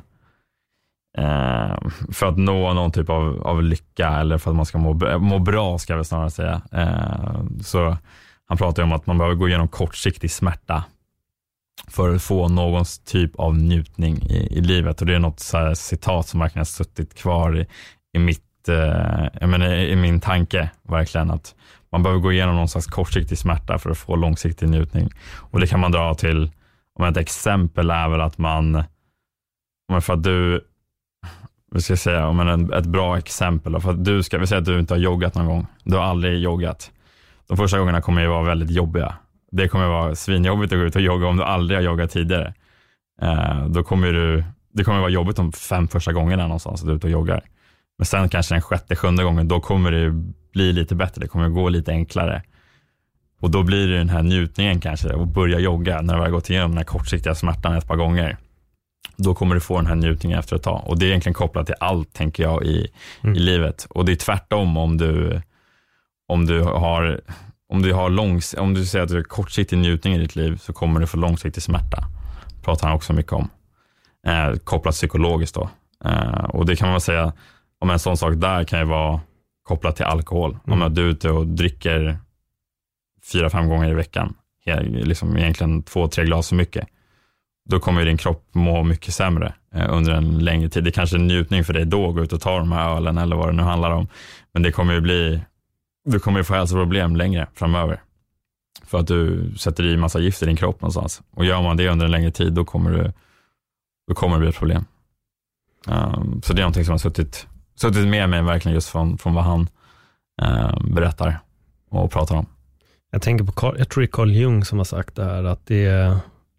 eh, för att nå någon typ av, av lycka eller för att man ska må, må bra, ska jag snarare säga. Eh, så han pratar ju om att man behöver gå igenom kortsiktig smärta för att få någon typ av njutning i, i livet. Och det är något så här citat som verkligen har suttit kvar i, i, mitt, eh, jag menar, i min tanke, verkligen, att man behöver gå igenom någon slags kortsiktig smärta för att få långsiktig njutning. Och det kan man dra till, om ett exempel är väl att man, om för att du, vi ska säga, om en, ett bra exempel, för att du ska, vi säga att du inte har joggat någon gång, du har aldrig joggat. De första gångerna kommer ju vara väldigt jobbiga. Det kommer vara svinjobbigt att gå ut och jogga om du aldrig har joggat tidigare. Eh, då kommer du, det kommer vara jobbigt de fem första gångerna någonstans att du är ute och joggar. Men sen kanske den sjätte, sjunde gången, då kommer det bli lite bättre. Det kommer gå lite enklare. Och då blir det den här njutningen kanske att börja jogga när du har gått igenom den här kortsiktiga smärtan ett par gånger. Då kommer du få den här njutningen efter ett tag. Och det är egentligen kopplat till allt, tänker jag, i, mm. i livet. Och det är tvärtom om du, om du har... Om du, har långs- om du säger att du har kortsiktig njutning i ditt liv, så kommer du få långsiktig smärta. Pratar han också mycket om. Eh, kopplat psykologiskt då. Eh, och det kan man säga, om en sån sak där kan ju vara kopplat till alkohol. Mm. Om du är ute och dricker fyra, fem gånger i veckan, liksom egentligen två, tre glas så mycket, då kommer din kropp må mycket sämre eh, under en längre tid. Det är kanske en njutning för dig då att gå ut och ta de här ölen eller vad det nu handlar om. Men det kommer ju bli... Du kommer ju få hälsoproblem längre framöver. För att du sätter i massa gift i din kropp någonstans. Och gör man det under en längre tid, då kommer, du, då kommer det bli ett problem. Um, så det är någonting som har suttit, suttit med mig verkligen just från, från vad han um, berättar och pratar om. Jag tänker på Carl, jag tror det är Carl Jung som har sagt det här, att det är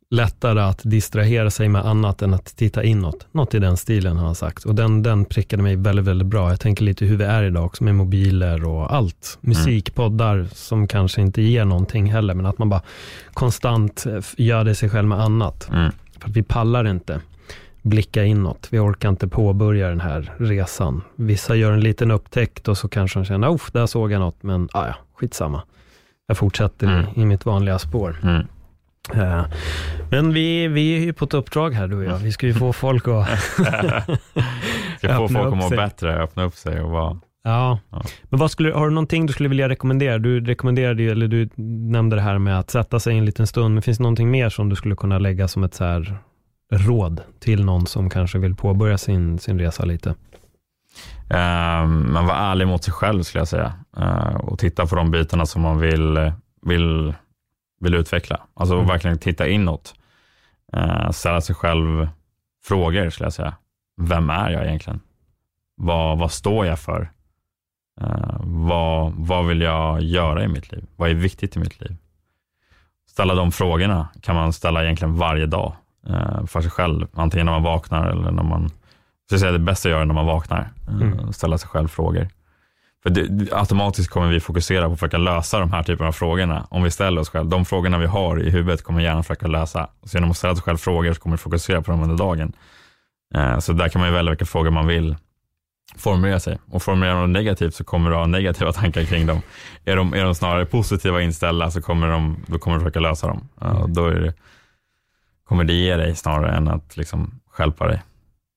lättare att distrahera sig med annat än att titta inåt. Något i den stilen har han sagt. Och den, den prickade mig väldigt, väldigt bra. Jag tänker lite hur vi är idag också med mobiler och allt. Musikpoddar mm. som kanske inte ger någonting heller, men att man bara konstant gör det sig själv med annat. Mm. För att vi pallar inte blicka inåt. Vi orkar inte påbörja den här resan. Vissa gör en liten upptäckt och så kanske de känner, uff, där såg jag något, men ah, ja, skitsamma. Jag fortsätter mm. i, i mitt vanliga spår. Mm. Uh, men vi, vi är ju på ett uppdrag här, du och jag. Vi ska ju få folk att ska få folk att må bättre, öppna upp sig och vara... Ja. ja. Men vad skulle, har du någonting du skulle vilja rekommendera? Du rekommenderade ju, eller du nämnde det här med att sätta sig en liten stund. Men finns det någonting mer som du skulle kunna lägga som ett så här råd till någon som kanske vill påbörja sin, sin resa lite? Uh, man var ärlig mot sig själv, skulle jag säga. Uh, och titta på de bitarna som man vill, vill, vill utveckla. Alltså mm. verkligen titta inåt. Uh, ställa sig själv frågor, skulle jag säga. Vem är jag egentligen? Vad, vad står jag för? Uh, vad, vad vill jag göra i mitt liv? Vad är viktigt i mitt liv? Ställa de frågorna kan man ställa egentligen varje dag uh, för sig själv. Antingen när man vaknar eller när man... Så jag säger det bästa jag gör när man vaknar. Uh, mm. Ställa sig själv frågor. För det, automatiskt kommer vi fokusera på att försöka lösa de här typerna av frågorna. Om vi ställer oss själv. De frågorna vi har i huvudet kommer hjärnan försöka lösa. Så genom att ställa sig själv frågor så kommer vi fokusera på dem under dagen. Uh, så där kan man ju välja vilka frågor man vill formulera sig. Och formulerar de negativt så kommer du ha negativa tankar kring dem. Är de, är de snarare positiva inställda så kommer de, då kommer du försöka lösa dem. Mm. Och då är det, kommer det ge dig snarare än att liksom stjälpa dig.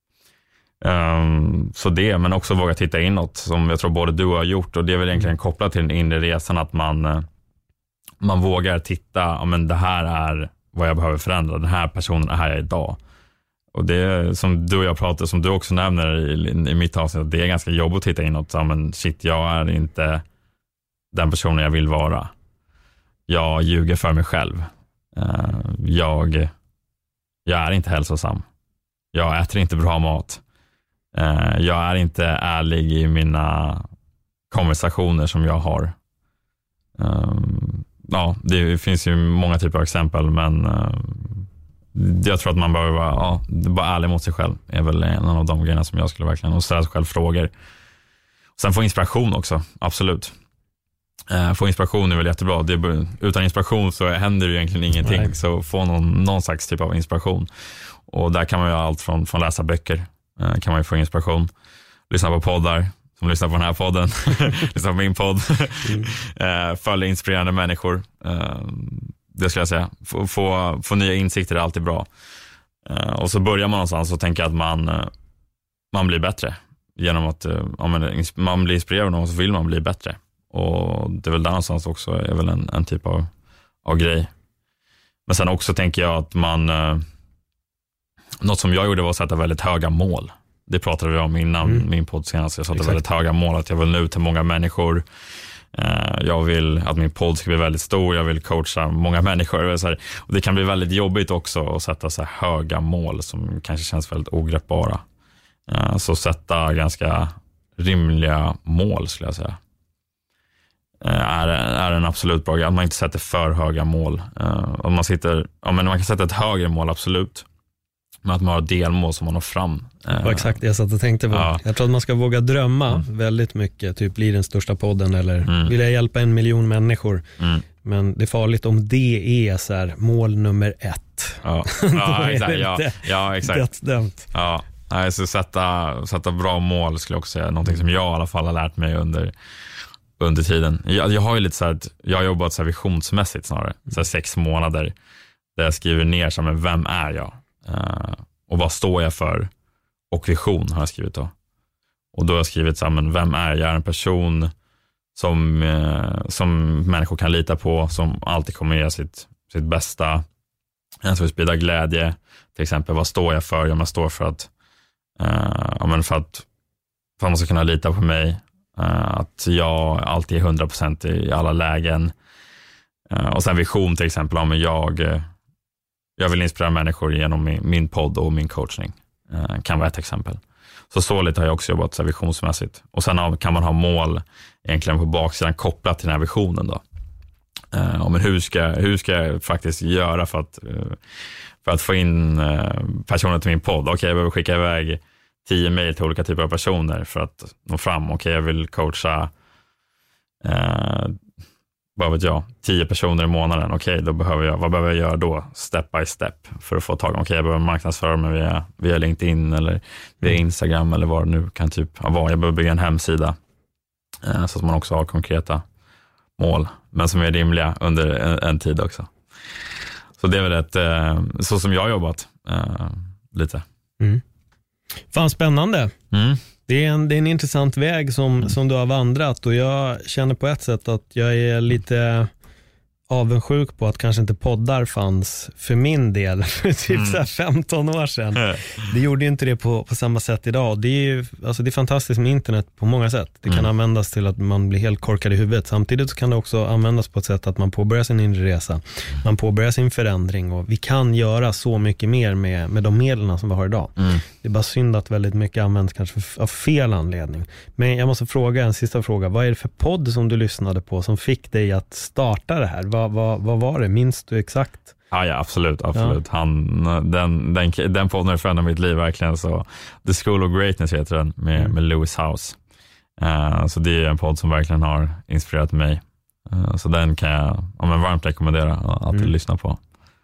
Um, så det, men också våga titta inåt som jag tror både du har gjort, och det är väl egentligen kopplat till den inre resan att man, man vågar titta, ja men det här är vad jag behöver förändra, den här personen är här jag är idag. Och det som du och jag pratar, som du också nämner i, i mitt avsnitt, det är ganska jobbigt att titta inåt. Så, men shit, jag är inte den personen jag vill vara. Jag ljuger för mig själv. Uh, jag, jag är inte hälsosam. Jag äter inte bra mat. Uh, jag är inte ärlig i mina konversationer som jag har. Uh, ja, det finns ju många typer av exempel, men... Uh, jag tror att man behöver vara, ja, vara ärlig mot sig själv är väl en av de grejerna som jag skulle verkligen, och ställa sig själv frågor. Sen få inspiration också, absolut. Eh, få inspiration är väl jättebra. Det, utan inspiration så händer det egentligen ingenting. Nej. Så få någon, någon slags typ av inspiration. Och där kan man ju ha allt från, från läsa böcker, eh, kan man ju få inspiration. Lyssna på poddar, som lyssnar på den här podden. Lyssna på min podd. Mm. eh, följa inspirerande människor. Eh, Det skulle jag säga. Få, få, få nya insikter är alltid bra. Uh, och så börjar man någonstans och tänker att man, uh, man blir bättre. Genom att uh, ja, men, man blir inspirerad av någon, så vill man bli bättre. Och det är väl där någonstans också är väl en, en typ av, av grej. Men sen också tänker jag att man... Uh, något som jag gjorde var att sätta väldigt höga mål. Det pratade vi om innan mm. min podd senast. Jag satte Exakt. väldigt höga mål. Att jag vill nå ut till många människor. Jag vill att min podd ska bli väldigt stor. Jag vill coacha många människor. Och det kan bli väldigt jobbigt också att sätta så här höga mål som kanske känns väldigt ogreppbara. Så sätta ganska rimliga mål, skulle jag säga, är, är en absolut bra grej. Att man inte sätter för höga mål. Om man, sitter, ja, men man kan sätta ett högre mål, absolut. Men att man har delmål som man når fram. Det var exakt det jag satt och tänkte på. Ja. Jag tror att man ska våga drömma mm. väldigt mycket. Typ bli den största podden eller mm. vill jag hjälpa en miljon människor. Mm. Men det är farligt om det är så här, mål nummer ett. Ja, ja exakt. Ja, ja, exakt. Dömt. Ja. Nej, så sätta, sätta bra mål skulle jag också säga. Någonting som jag i alla fall har lärt mig under, under tiden. Jag, jag har ju lite så här, jag har jobbat så här visionsmässigt snarare. Så här sex månader. Där jag skriver ner så här, men vem är jag? Uh, och vad står jag för, och vision har jag skrivit då. Och då har jag skrivit så här, men vem är jag? Jag är en person som, uh, som människor kan lita på, som alltid kommer ge sitt, sitt bästa, en som vill sprida glädje. Till exempel, vad står jag för? Jag står för att, uh, ja, men för att för att man ska kunna lita på mig, uh, att jag alltid är hundra procent i alla lägen. Uh, och sen vision till exempel, om jag uh, Jag vill inspirera människor genom min, min podd och min coachning. Eh, kan vara ett exempel. Så så lite har jag också jobbat så här visionsmässigt. Och sen har, kan man ha mål egentligen på baksidan kopplat till den här visionen då. Uh, men hur ska, hur ska jag faktiskt göra för att, uh, för att få in uh, personer till min podd? Okej, okay, jag behöver skicka iväg tio mejl till olika typer av personer för att nå fram. Okej, okay, jag vill coacha uh, vad vet jag, tio personer i månaden. Okej, okay, då behöver jag, vad behöver jag göra då? Step by step för att få tag. Okej, okay, jag behöver marknadsföra mig via, via LinkedIn eller via Instagram eller vad det nu kan typ vara. Jag behöver bygga en hemsida uh, så att man också har konkreta mål, men som är rimliga under en, en tid också. Så det är väl ett, eh, så som jag har jobbat eh, lite. Mm. Fan, spännande. Mm. Det är en, det är en intressant väg som, mm. som du har vandrat, och jag känner på ett sätt att jag är lite avundsjuk på att kanske inte poddar fanns för min del för typ mm. så här femton år sedan. Det gjorde inte det på, på samma sätt idag. Det är ju, alltså det är fantastiskt med internet på många sätt. Det kan mm. användas till att man blir helt korkad i huvudet. Samtidigt så kan det också användas på ett sätt att man påbörjar sin inre resa. Man påbörjar sin förändring, och vi kan göra så mycket mer med, med de medlen som vi har idag. Mm. Det är bara synd att väldigt mycket används kanske av fel anledning. Men jag måste fråga en sista fråga. Vad är det för podd som du lyssnade på som fick dig att starta det här? Vad, vad, vad var det? Minns du exakt? Ja, ja, absolut, absolut. Ja. Han, den, den, den podden har förändrat mitt liv verkligen. Så The School of Greatness heter den, med, mm. med Lewis House. Uh, så det är en podd som verkligen har inspirerat mig. Uh, så den kan jag ja, men varmt rekommendera att mm. lyssna på.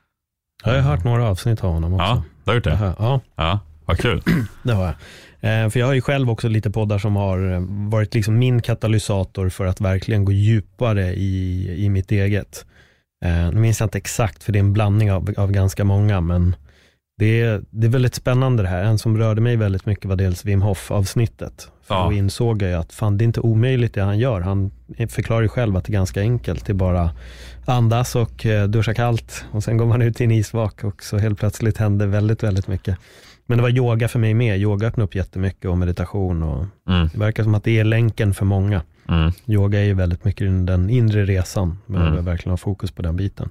Jag har hört några avsnitt av honom också. Ja, du har gjort det? Ja. Ja, ja vad kul. Det har jag. Eh, för jag har ju själv också lite poddar som har varit liksom min katalysator för att verkligen gå djupare i, i mitt eget. Eh, nu minns jag inte exakt, för det är en blandning av, av ganska många, men det är, det är väldigt spännande det här. En som rörde mig väldigt mycket var dels Wim Hof-avsnittet. För ja. Då insåg jag att fan, det är inte omöjligt det han gör. Han förklarar ju själv att det är ganska enkelt. Det är bara andas och duscha kallt, och sen går man ut i en isvak, och så helt plötsligt händer väldigt, väldigt mycket. Men det var yoga för mig med. Yoga öppnar upp jättemycket, och meditation. Och mm. det verkar som att det är länken för många. Mm. Yoga är ju väldigt mycket den inre resan. Men mm. jag verkligen ha fokus på den biten.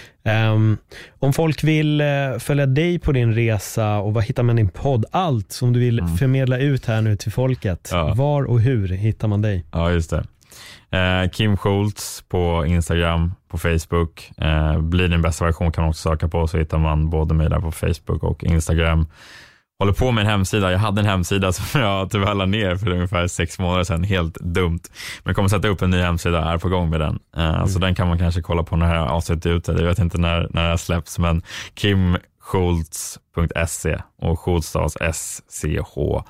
Um, om folk vill uh, följa dig på din resa, och vad hittar man din podd? Allt som du vill mm. förmedla ut här nu till folket. Ja. Var och hur hittar man dig? Ja, just det. Uh, Kim Schultz på Instagram, på Facebook. Uh, blir din bästa version kan man också söka på, så hittar man både mig där på Facebook och Instagram. Håller på med en hemsida. Jag hade en hemsida som jag tyvärr la ner för ungefär sex månader sedan. Helt dumt. Men jag kommer sätta upp en ny hemsida, är på gång med den. Uh, mm. Så den kan man kanske kolla på när det här avsnittet är ute. Jag vet inte när, när det här släpps, men kim schultz punkt se, och Schultz stavas S C H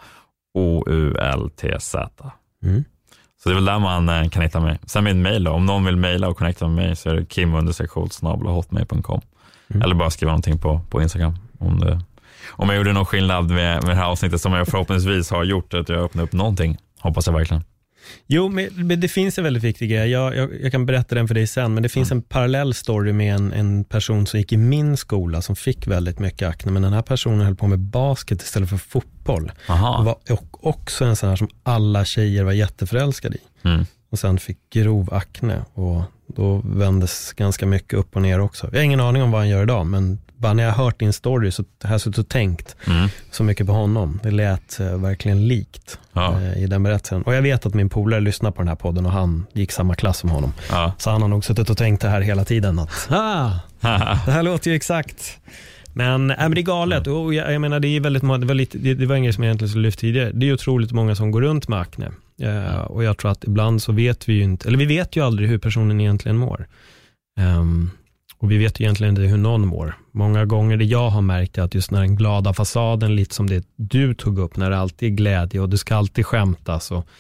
O U L T Z. Mm. Så det är väl där man kan hitta mig. Sen min mail då. Om någon vill mejla och connecta med mig, så är det kim understreck schultz snabel-a hotmail punkt com. Mm. Eller bara skriva någonting på, på Instagram. Om, det, om jag gjorde någon skillnad med, med det här avsnittet som jag förhoppningsvis har gjort, att jag öppnar upp någonting. Hoppas jag verkligen. Jo, men det finns en väldigt viktig grej. Jag, jag, jag kan berätta den för dig sen, men det finns mm. en parallell story med en, en person som gick i min skola som fick väldigt mycket akne, men den här personen höll på med basket istället för fotboll. Aha. Var och också en sån här som alla tjejer var jätteförälskade i. Mm. Och sen fick grov akne, och då vändes ganska mycket upp och ner också. Jag har ingen aning om vad han gör idag, men bara när jag har hört din story så har jag suttit och tänkt mm. så mycket på honom. Det lät uh, verkligen likt ja. uh, i den berättelsen. Och jag vet att min polare lyssnar på den här podden, och han gick samma klass som honom. Ja. Så han har nog suttit och tänkt det här hela tiden. Att, ah, det här låter ju exakt. Men, äh, men det är galet. Och jag, jag menar, det är väldigt det var, lite, det, det var en grej som jag egentligen skulle lyfta tidigare. Det är ju otroligt många som går runt med akne. Uh, och jag tror att ibland så vet vi ju inte, eller vi vet ju aldrig hur personen egentligen mår. Um, Och vi vet ju egentligen inte hur någon mår. Många gånger det jag har märkt är att just när den glada fasaden, lite som det du tog upp, när det alltid är glädje och det ska alltid skämtas, och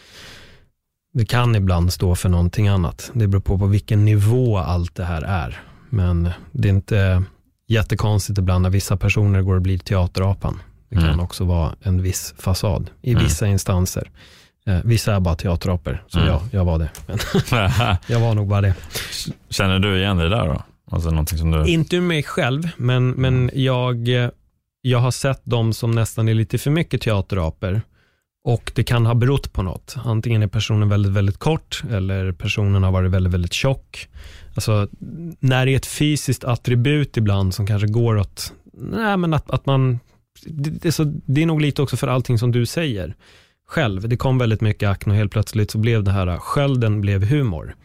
det kan ibland stå för någonting annat. Det beror på på vilken nivå allt det här är. Men det är inte jättekonstigt ibland när vissa personer går och blir teaterapan. Det kan mm. också vara en viss fasad i mm. vissa instanser. Eh, vissa är bara teaterapor, så mm. ja, jag var det. Men jag var nog bara det. Känner du igen det där då? Alltså någonting som du... Inte mig själv, men, men jag, jag har sett dem som nästan är lite för mycket teateraper, och det kan ha berott på något. Antingen är personen väldigt, väldigt kort, eller personen har varit väldigt, väldigt tjock. Alltså, när det är ett fysiskt attribut ibland som kanske går åt... Nej, men att, att man... Det, det, är så, det är nog lite också för allting som du säger själv. Det kom väldigt mycket akne, och helt plötsligt så blev det här, skölden blev humor.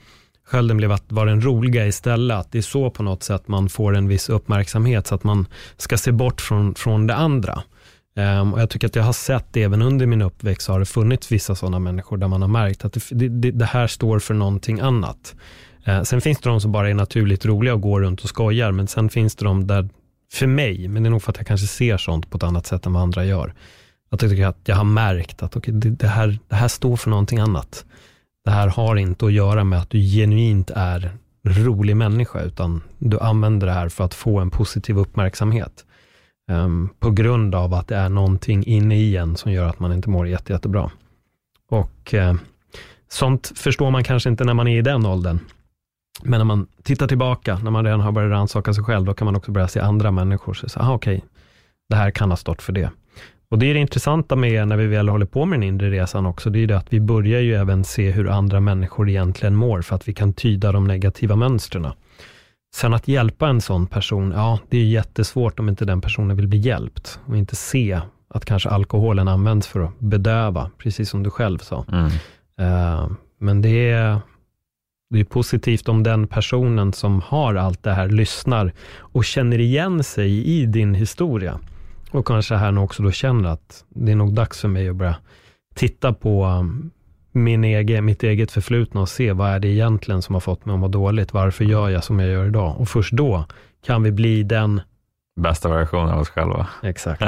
skölden blev att vara den roliga istället. Att det är så på något sätt man får en viss uppmärksamhet så att man ska se bort från, från det andra. Um, och jag tycker att jag har sett det, även under min uppväxt så har det funnits vissa sådana människor där man har märkt att det, det, det här står för någonting annat. Uh, sen finns det de som bara är naturligt roliga och går runt och skojar, men sen finns det de där, för mig, men det är nog för att jag kanske ser sånt på ett annat sätt än vad andra gör. Att jag tycker att jag har märkt att okay, det, det, här, det här står för någonting annat. Det här har inte att göra med att du genuint är rolig människa, utan du använder det här för att få en positiv uppmärksamhet. Um, på grund av att det är någonting inne i en som gör att man inte mår jätte, jättebra. Och uh, sånt förstår man kanske inte när man är i den åldern. Men när man tittar tillbaka, när man redan har börjat rannsaka sig själv, då kan man också börja se andra människor. Så säga, ah, okej, okay, det här kan ha stått för det. Och det är det intressanta med när vi väl håller på med den inre resan också. Det är det att vi börjar ju även se hur andra människor egentligen mår, för att vi kan tyda de negativa mönstren. Sen att hjälpa en sån person, ja, det är jättesvårt om inte den personen vill bli hjälpt. Och inte se att kanske alkoholen används för att bedöva, precis som du själv sa. Mm. Uh, men det är, det är positivt om den personen som har allt det här lyssnar och känner igen sig i din historia. Och kanske här nu också då känner att det är nog dags för mig att börja titta på um, min egen, mitt eget förflutna och se vad är det egentligen som har fått mig att må dåligt. Varför gör jag som jag gör idag? Och först då kan vi bli den bästa versionen av oss själva. Exakt.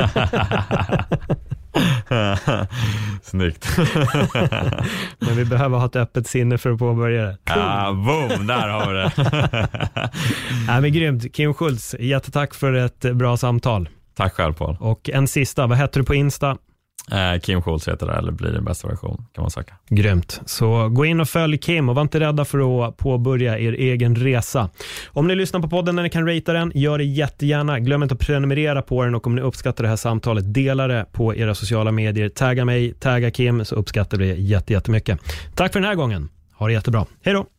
Snyggt. Men vi behöver ha ett öppet sinne för att påbörja det. Ja, boom, där har vi det. Ja, men grymt. Kim Schultz, jättetack för ett bra samtal. Tack själv, Paul. Och en sista, vad heter du på Insta? Eh, Kim Schultz heter det, eller blir det bästa version, kan man söka. Grymt. Så gå in och följ Kim och var inte rädda för att påbörja er egen resa. Om ni lyssnar på podden när ni kan ratea den, gör det jättegärna. Glöm inte att prenumerera på den, och om ni uppskattar det här samtalet, dela det på era sociala medier. Tagga mig, tagga Kim, så uppskattar vi det jätte, jättemycket. Tack för den här gången. Ha det jättebra. Hej då!